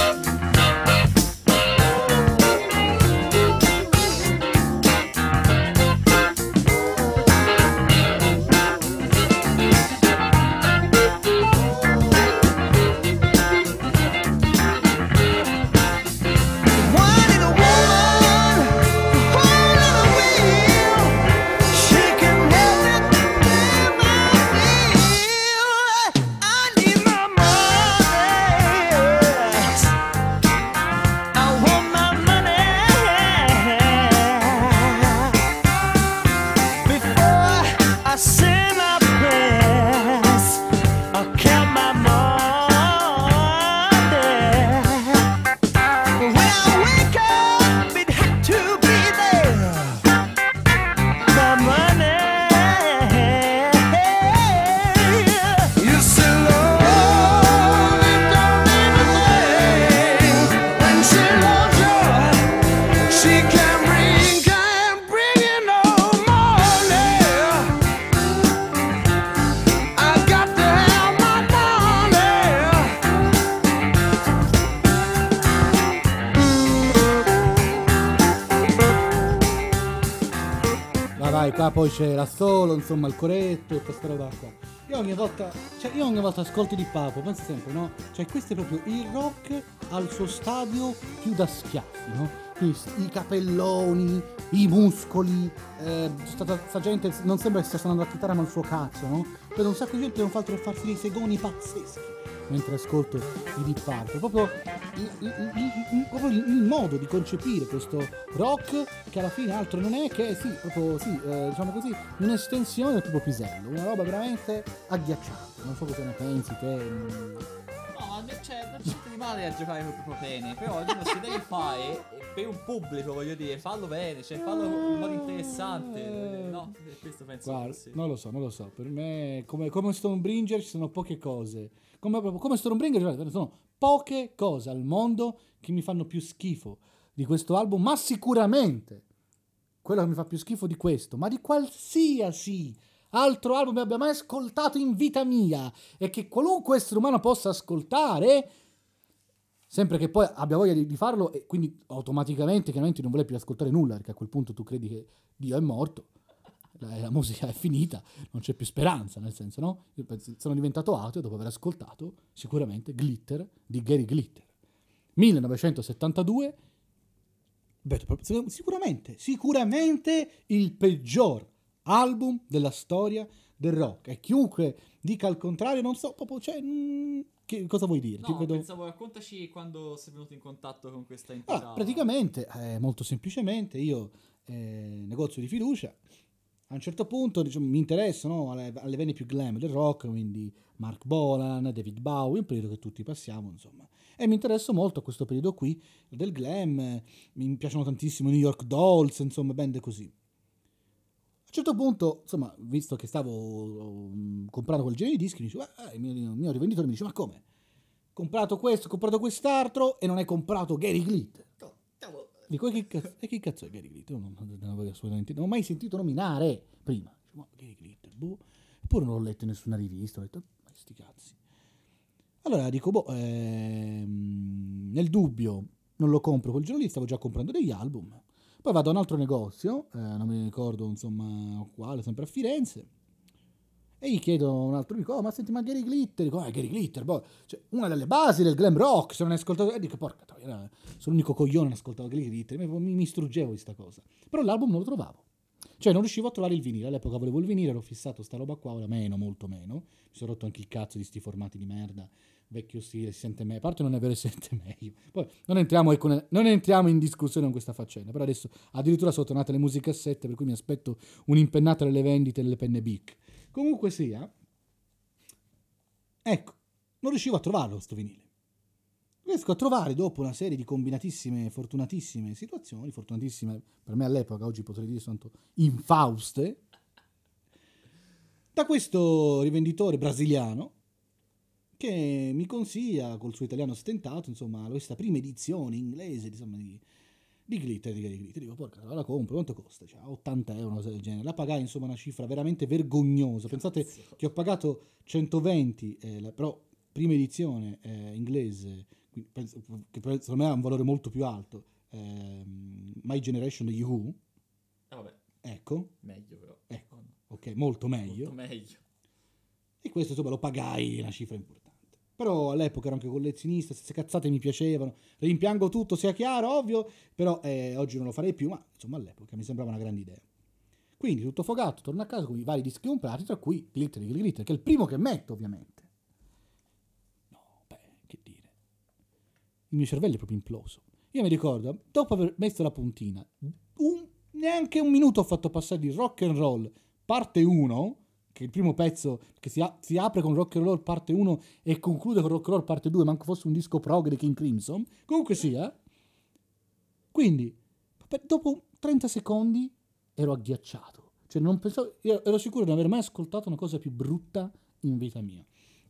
Wanting a woman, holding a wheel, she can help it make me feel. I need my money. I want my money before I say my prayers. I'll count my money. When I wake up, it had to be there. My money. You say love, it don't mean a thing. When she loves you, she can't bring, can't bring you no money. I got to have my money. Vai, vai, qua poi c'è l'assolo, insomma, il coretto, tutta sta roba qua. Io ogni volta, cioè io ogni volta ascolto di Papo, penso sempre, no? Cioè questo è proprio il rock al suo stadio più da schiaffi, no? Quindi i capelloni, i muscoli, eh, sta, sta gente non sembra che stia suonando la chitarra ma il suo cazzo, no? Vedo un sacco di gente che non fa altro che farsi dei segoni pazzeschi mentre ascolto i Deep Purple. Proprio il, il, il, il, proprio il, il modo di concepire questo rock che alla fine altro non è che sì, proprio sì, eh, diciamo così, un'estensione del tipo pisello, una roba veramente agghiacciante. Non so cosa ne pensi te. mm. No, ma c'è non c'è di male a giocare proprio bene, però almeno se devi fare per un pubblico, voglio dire, fallo bene, cioè fallo in modo interessante. No, questo penso Guarda, sì. non lo so, non lo so. Per me, come, come Stonebringer, ci sono poche cose. Come, proprio- come Stonebringer, guarda, ci sono poche cose al mondo che mi fanno più schifo di questo album, ma sicuramente quello che mi fa più schifo di questo, ma di qualsiasi altro album che abbia mai ascoltato in vita mia e che qualunque essere umano possa ascoltare, sempre che poi abbia voglia di, di farlo e quindi automaticamente chiaramente non vuole più ascoltare nulla, perché a quel punto tu credi che Dio è morto, la, la musica è finita, non c'è più speranza, nel senso, no? Io penso, sono diventato ateo dopo aver ascoltato sicuramente Glitter di Gary Glitter, millenovecentosettantadue. Beh, sicuramente, sicuramente il peggior album della storia del rock, e chiunque dica al contrario non so proprio, cioè, mh, che, cosa vuoi dire? Ti No, vedo- pensavo, raccontaci quando sei venuto in contatto con questa entità. Allora, praticamente, eh, molto semplicemente, io, eh, negozio di fiducia, a un certo punto diciamo, mi interesso, no, alle, alle vene più glam del rock, quindi Mark Bolan, David Bowie, un periodo che tutti passiamo, insomma. E mi interesso molto a questo periodo qui del glam, eh, mi piacciono tantissimo New York Dolls, insomma, band così. A un certo punto, insomma, visto che stavo um, comprando quel genere di dischi, mi dicevo, eh, il, mio, il mio rivenditore mi dice, ma come? Ho comprato questo, ho comprato quest'altro e non hai comprato Gary Glitter. Dico, e che cazzo, e che cazzo è Gary Glitter? Non, non, non, assolutamente, non ho mai sentito nominare prima. Dico, ma Gary Glitter, boh. Eppure non l'ho letto in nessuna rivista, ho detto, ma sti cazzi. Allora dico, boh, ehm, nel dubbio non lo compro quel giorno lì, stavo già comprando degli album. Poi vado a un altro negozio, eh, non mi ricordo insomma quale, sempre a Firenze, e gli chiedo un altro, dico, oh, ma senti, ma Gary Glitter? Dico, ah, Gary Glitter, boh, cioè, una delle basi del glam rock, se non hai ascoltato, e dico, porca troia, sono l'unico coglione che ascoltavo Gary Glitter, mi, mi, mi struggevo di sta cosa. Però l'album non lo trovavo, cioè non riuscivo a trovare il vinile, all'epoca volevo il vinile, ero fissato sta roba qua, ora meno, molto meno, mi sono rotto anche il cazzo di sti formati di merda, vecchio stile, si sente meglio, a parte non è vero, si sente meglio. Poi non entriamo, ecco, non entriamo in discussione con questa faccenda, però adesso addirittura sono tornate le musicassette, per cui mi aspetto un'impennata delle vendite delle penne Bic. Comunque sia, ecco, non riuscivo a trovarlo sto vinile. Riesco a trovare dopo una serie di combinatissime, fortunatissime situazioni, fortunatissime per me all'epoca, oggi potrei dire soltanto infauste, da questo rivenditore brasiliano, che mi consiglia col suo italiano stentato, insomma, questa prima edizione inglese, insomma, di, di Glitter, di Gary Glitter. Dico, porca, la compro, quanto costa? Cioè, ottanta euro, una cosa del genere. La pagai, insomma, una cifra veramente vergognosa. Pensate che ho pagato centoventi, eh, la, però prima edizione eh, inglese, quindi penso, che secondo me ha un valore molto più alto, eh, My Generation degli Who. Eh, vabbè, ecco. meglio però. Ecco, ok, molto meglio. Molto meglio. E questo, insomma, lo pagai, una cifra importante. Però all'epoca ero anche collezionista, queste cazzate mi piacevano, rimpiango tutto, sia chiaro, ovvio, però eh, oggi non lo farei più, ma insomma all'epoca mi sembrava una grande idea. Quindi tutto fogato, torno a casa con i vari dischi comprati, tra cui Glitter di Glitter, che è il primo che metto ovviamente. No, beh, che dire. Il mio cervello è proprio imploso. Io mi ricordo, dopo aver messo la puntina, un, neanche un minuto ho fatto passare di Rock and Roll parte uno, che è il primo pezzo che si, a- si apre con Rock and Roll parte uno e conclude con Rock and Roll parte due, manco fosse un disco prog di King Crimson, comunque sia. Quindi per- dopo trenta secondi ero agghiacciato, cioè non pensavo, io ero sicuro di non aver mai ascoltato una cosa più brutta in vita mia.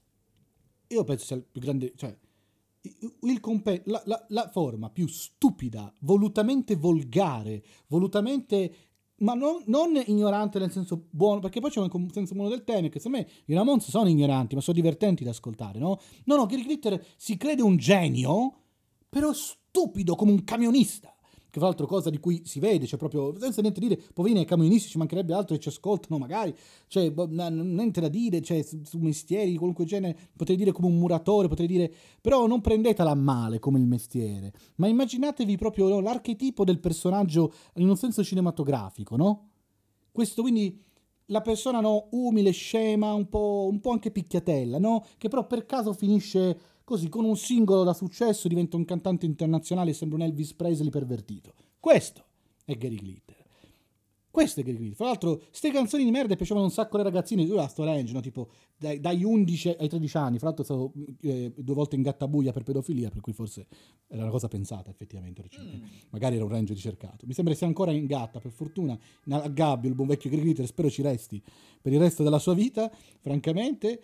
Io penso sia il più grande, cioè il, il compe- la, la, la forma più stupida, volutamente volgare, volutamente, ma non, non ignorante nel senso buono, perché poi c'è un senso buono del tema, che secondo me i Ramones sono ignoranti, ma sono divertenti da ascoltare, no? No, no, Gary Glitter si crede un genio, però stupido come un camionista, che fra l'altro cosa di cui si vede, cioè proprio, senza niente dire, poverini ai camionisti, ci mancherebbe altro che ci ascoltano magari, cioè, boh, n- niente da dire, cioè, su, su mestieri di qualunque genere, potrei dire come un muratore, potrei dire, però non prendetela a male come il mestiere, ma immaginatevi proprio, no, l'archetipo del personaggio in un senso cinematografico, no? Questo quindi la persona, no, umile, scema, un po', un po' anche picchiatella, no? Che però per caso finisce così, con un singolo da successo, diventa un cantante internazionale e sembra un Elvis Presley pervertito. Questo è Gary Glitter. Questo è Gary Glitter. Fra l'altro, ste canzoni di merda piacevano un sacco alle ragazzine. Io la sto range, no? Tipo dai, dagli undici ai tredici anni. Fra l'altro, sono eh, due volte in gattabuia per pedofilia, per cui forse era una cosa pensata effettivamente. Mm. Magari era un range ricercato. Mi sembra che sia ancora in gatta, per fortuna, a gabbio il buon vecchio Gary Glitter. Spero ci resti per il resto della sua vita, francamente.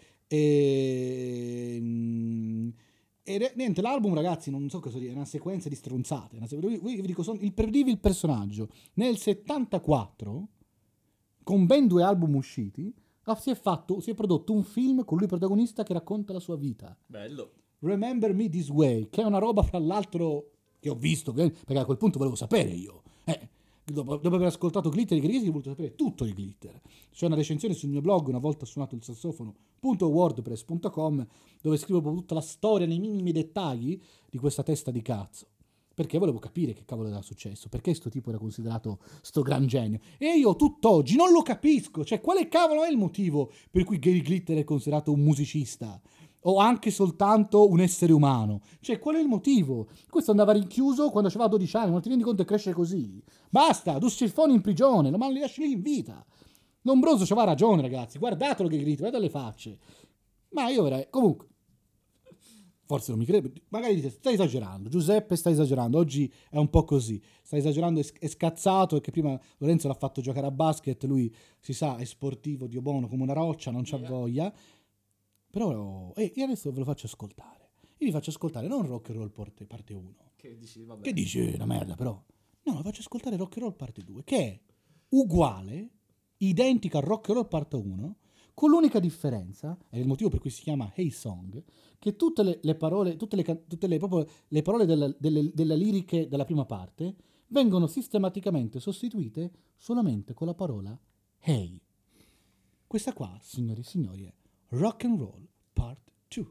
E, e niente, l'album, ragazzi, non so cosa dire, è una sequenza di stronzate. Una sequenza, vi dico, son, il, perdivi il personaggio nel settantaquattro, con ben due album usciti, Ah, si è fatto, si è prodotto un film con lui protagonista che racconta la sua vita. Bello. Remember Me This Way, che è una roba fra l'altro che ho visto, perché a quel punto volevo sapere io. Eh, dopo, dopo aver ascoltato Glitter e i Grisi, ho voluto sapere tutto di Glitter. C'è una recensione sul mio blog, una volta suonato il sassofono punto wordpress punto com, dove scrivo proprio tutta la storia nei minimi dettagli di questa testa di cazzo. Perché volevo capire che cavolo era successo, perché sto tipo era considerato sto gran genio. E io tutt'oggi non lo capisco, cioè quale cavolo è il motivo per cui Gary Glitter è considerato un musicista? O anche soltanto un essere umano? Cioè qual è il motivo? Questo andava rinchiuso quando aveva dodici anni, non ti rendi conto che cresce così? Basta, Duscilfoni in prigione, ma li lasci lì in vita. Lombroso c'aveva ragione, ragazzi, guardatelo che Glitter, guardate le facce. Ma io veramente, comunque... Forse non mi crede, magari dite, stai esagerando, Giuseppe sta esagerando, oggi è un po' così, sta esagerando, è, è scazzato, perché prima Lorenzo l'ha fatto giocare a basket, lui si sa, è sportivo, Dio buono, come una roccia, non c'ha voglia, però, e eh, adesso ve lo faccio ascoltare, io vi faccio ascoltare non Rock and Roll parte, parte uno, Che dici, vabbè. che dici, è una merda però, no, lo faccio ascoltare Rock and Roll parte due, che è uguale, identica a Rock and Roll parte uno, con l'unica differenza, è il motivo per cui si chiama Hey Song, che tutte le, le parole, tutte le, tutte le, proprio le parole della, delle, della liriche della prima parte vengono sistematicamente sostituite solamente con la parola Hey. Questa qua, signori e signori, è Rock and Roll Part due.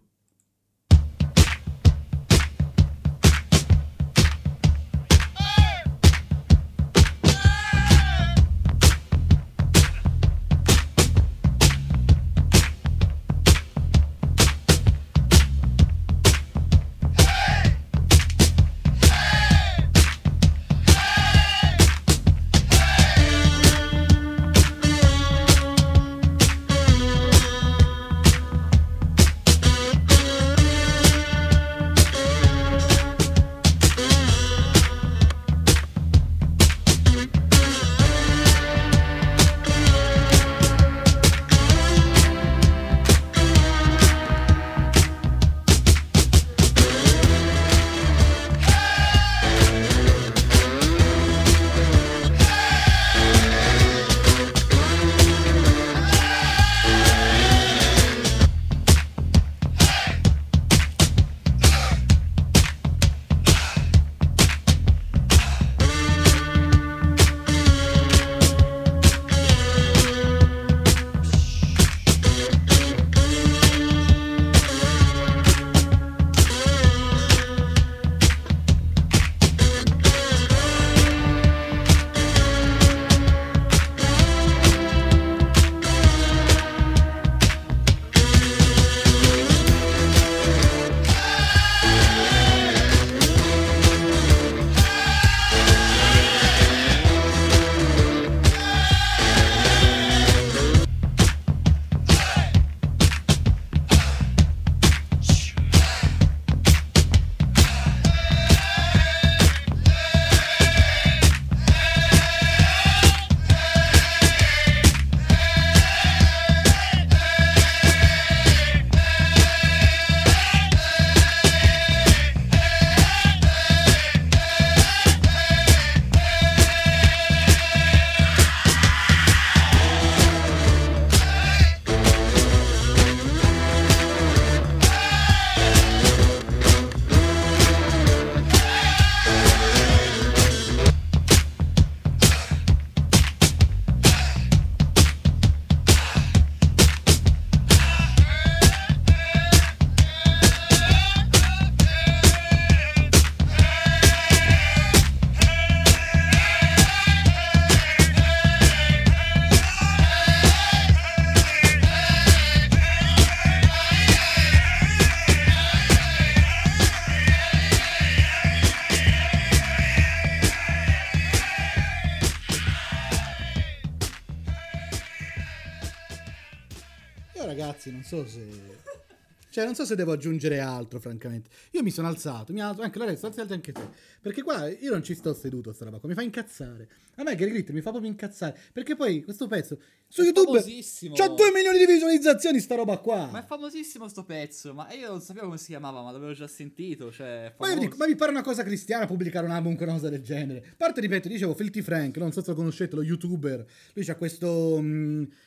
Ragazzi, non so se... Cioè, non so se devo aggiungere altro, francamente. Io mi sono alzato, mi alzo, anche Lorenzo, alzati anche te. Perché qua io non ci sto seduto, sta roba qua, mi fa incazzare. A me Gary Glitter mi fa proprio incazzare. Perché poi questo pezzo su È YouTube famosissimo. c'ha due milioni di visualizzazioni, sta roba qua. Ma è famosissimo sto pezzo, ma io non sapevo come si chiamava, ma l'avevo già sentito, cioè... Ma io dico, ma mi pare una cosa cristiana pubblicare un album con una cosa del genere. A parte, ripeto, dicevo, Filthy Frank, non so se lo conoscete, lo youtuber. Lui c'ha questo... Mh,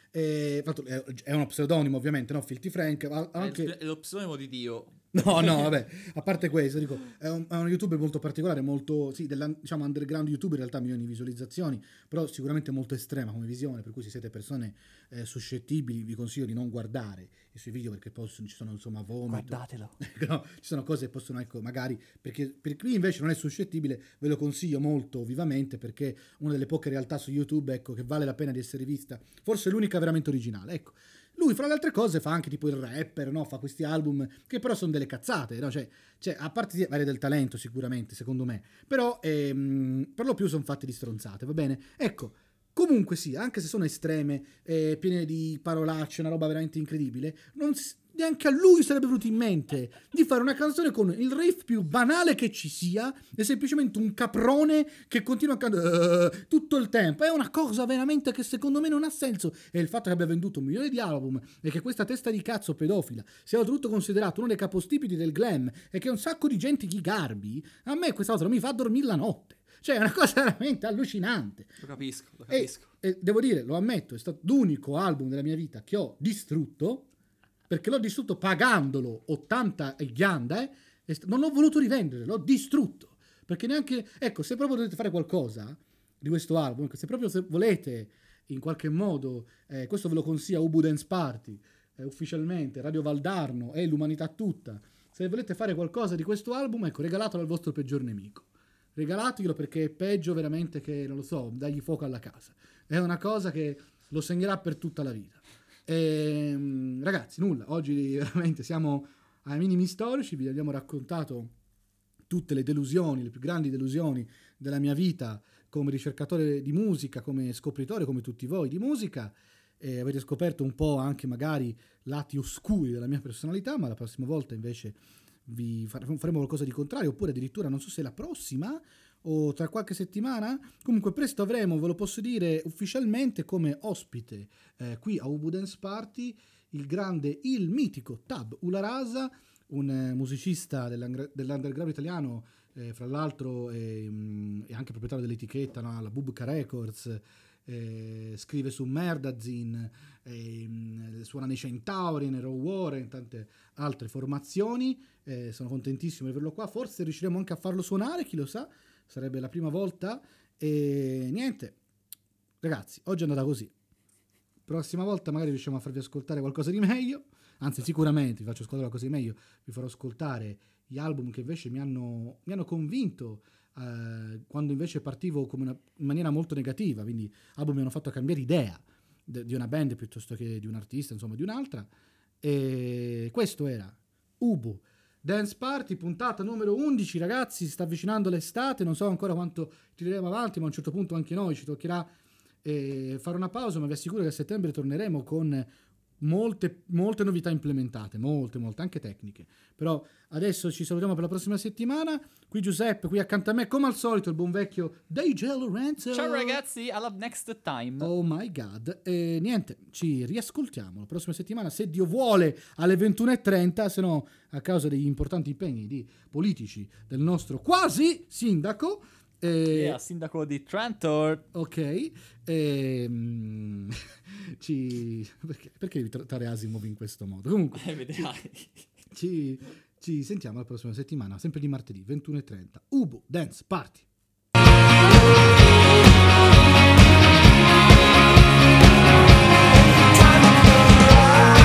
E, fatto, è, è uno pseudonimo ovviamente, no? Filthy Frank, ha È anche... il- è lo pseudonimo di Dio. No, no, vabbè, a parte questo, dico, è un, è un youtuber molto particolare, molto, sì, della, diciamo, underground youtuber, in realtà milioni di visualizzazioni, però sicuramente molto estrema come visione, per cui se siete persone eh, suscettibili vi consiglio di non guardare i suoi video, perché poi ci sono, insomma, vomito. Guardatelo. No, ci sono cose che possono, ecco, magari, perché per chi invece non è suscettibile, ve lo consiglio molto vivamente, perché una delle poche realtà su YouTube, ecco, che vale la pena di essere vista, forse l'unica veramente originale, ecco. Lui, fra le altre cose, fa anche tipo il rapper, no? Fa questi album che però sono delle cazzate, no? Cioè, cioè a parte di avere del talento sicuramente, secondo me, però ehm, per lo più sono fatti di stronzate, va bene? Ecco, comunque sì, anche se sono estreme, eh, piene di parolacce, una roba veramente incredibile, non si- neanche a lui sarebbe venuto in mente di fare una canzone con il riff più banale che ci sia e semplicemente un caprone che continua a cantare tutto il tempo. È una cosa veramente che secondo me non ha senso, e il fatto che abbia venduto un milione di album e che questa testa di cazzo pedofila sia oltretutto considerato uno dei capostipiti del glam e che un sacco di gente gli garbi, a me questa cosa non mi fa dormire la notte. Cioè è una cosa veramente allucinante. Lo capisco, lo E, capisco. e devo dire, lo ammetto, è stato l'unico album della mia vita che ho distrutto, perché l'ho distrutto pagandolo ottanta ghianda, eh, e st- non ho voluto rivendere, l'ho distrutto, perché neanche, ecco, se proprio dovete fare qualcosa di questo album, ecco, se proprio se volete in qualche modo, eh, questo ve lo consiglia Ubu Dance Party, eh, ufficialmente, Radio Valdarno e l'umanità tutta, se volete fare qualcosa di questo album, ecco, regalatelo al vostro peggior nemico. Regalateglielo, perché è peggio veramente che, non lo so, dargli fuoco alla casa. È una cosa che lo segnerà per tutta la vita. E, ragazzi, nulla, oggi veramente siamo ai minimi storici, vi abbiamo raccontato tutte le delusioni, le più grandi delusioni della mia vita come ricercatore di musica, come scopritore, come tutti voi, di musica, e avete scoperto un po' anche magari lati oscuri della mia personalità, ma la prossima volta invece vi faremo qualcosa di contrario, oppure addirittura non so se la prossima o tra qualche settimana, comunque presto avremo, ve lo posso dire ufficialmente, come ospite eh, qui a Ubu Dance Party il grande, il mitico Tab Ularasa, un eh, musicista dell'ang- dell'underground italiano, eh, fra l'altro è, mh, è anche proprietario dell'etichetta, no? La Bubka Records, eh, scrive su Merdazin, eh, mh, suona nei Centauri, nei Raw War e in tante altre formazioni. Eh, sono contentissimo di averlo qua, forse riusciremo anche a farlo suonare, chi lo sa, sarebbe la prima volta. E niente, ragazzi, oggi è andata così. Prossima volta magari riusciamo a farvi ascoltare qualcosa di meglio, anzi sicuramente vi faccio ascoltare qualcosa di meglio, vi farò ascoltare gli album che invece mi hanno, mi hanno convinto eh, quando invece partivo come una, in maniera molto negativa, quindi album mi hanno fatto cambiare idea de, di una band piuttosto che di un artista, insomma di un'altra. E questo era Ubu Dance Party, puntata numero undici, ragazzi, si sta avvicinando l'estate, non so ancora quanto tireremo avanti, ma a un certo punto anche noi ci toccherà eh, fare una pausa, ma vi assicuro che a settembre torneremo con molte, molte novità implementate, molte, molte, anche tecniche. Però adesso ci salutiamo per la prossima settimana. Qui Giuseppe, qui accanto a me, come al solito, il buon vecchio D J Lorenzo. Ciao ragazzi, alla next time. Oh my god. E niente, ci riascoltiamo la prossima settimana, se Dio vuole, alle ventuno e trenta, se no a causa degli importanti impegni di politici del nostro quasi sindaco. Eh, Yeah, sindaco di Trento. ok, ehm, ci, perché, perché devi trattare Asimov in questo modo? Comunque, Eh, vedrai. ci, ci sentiamo la prossima settimana, sempre di martedì, ventuno e trenta. Ubu Dance Party.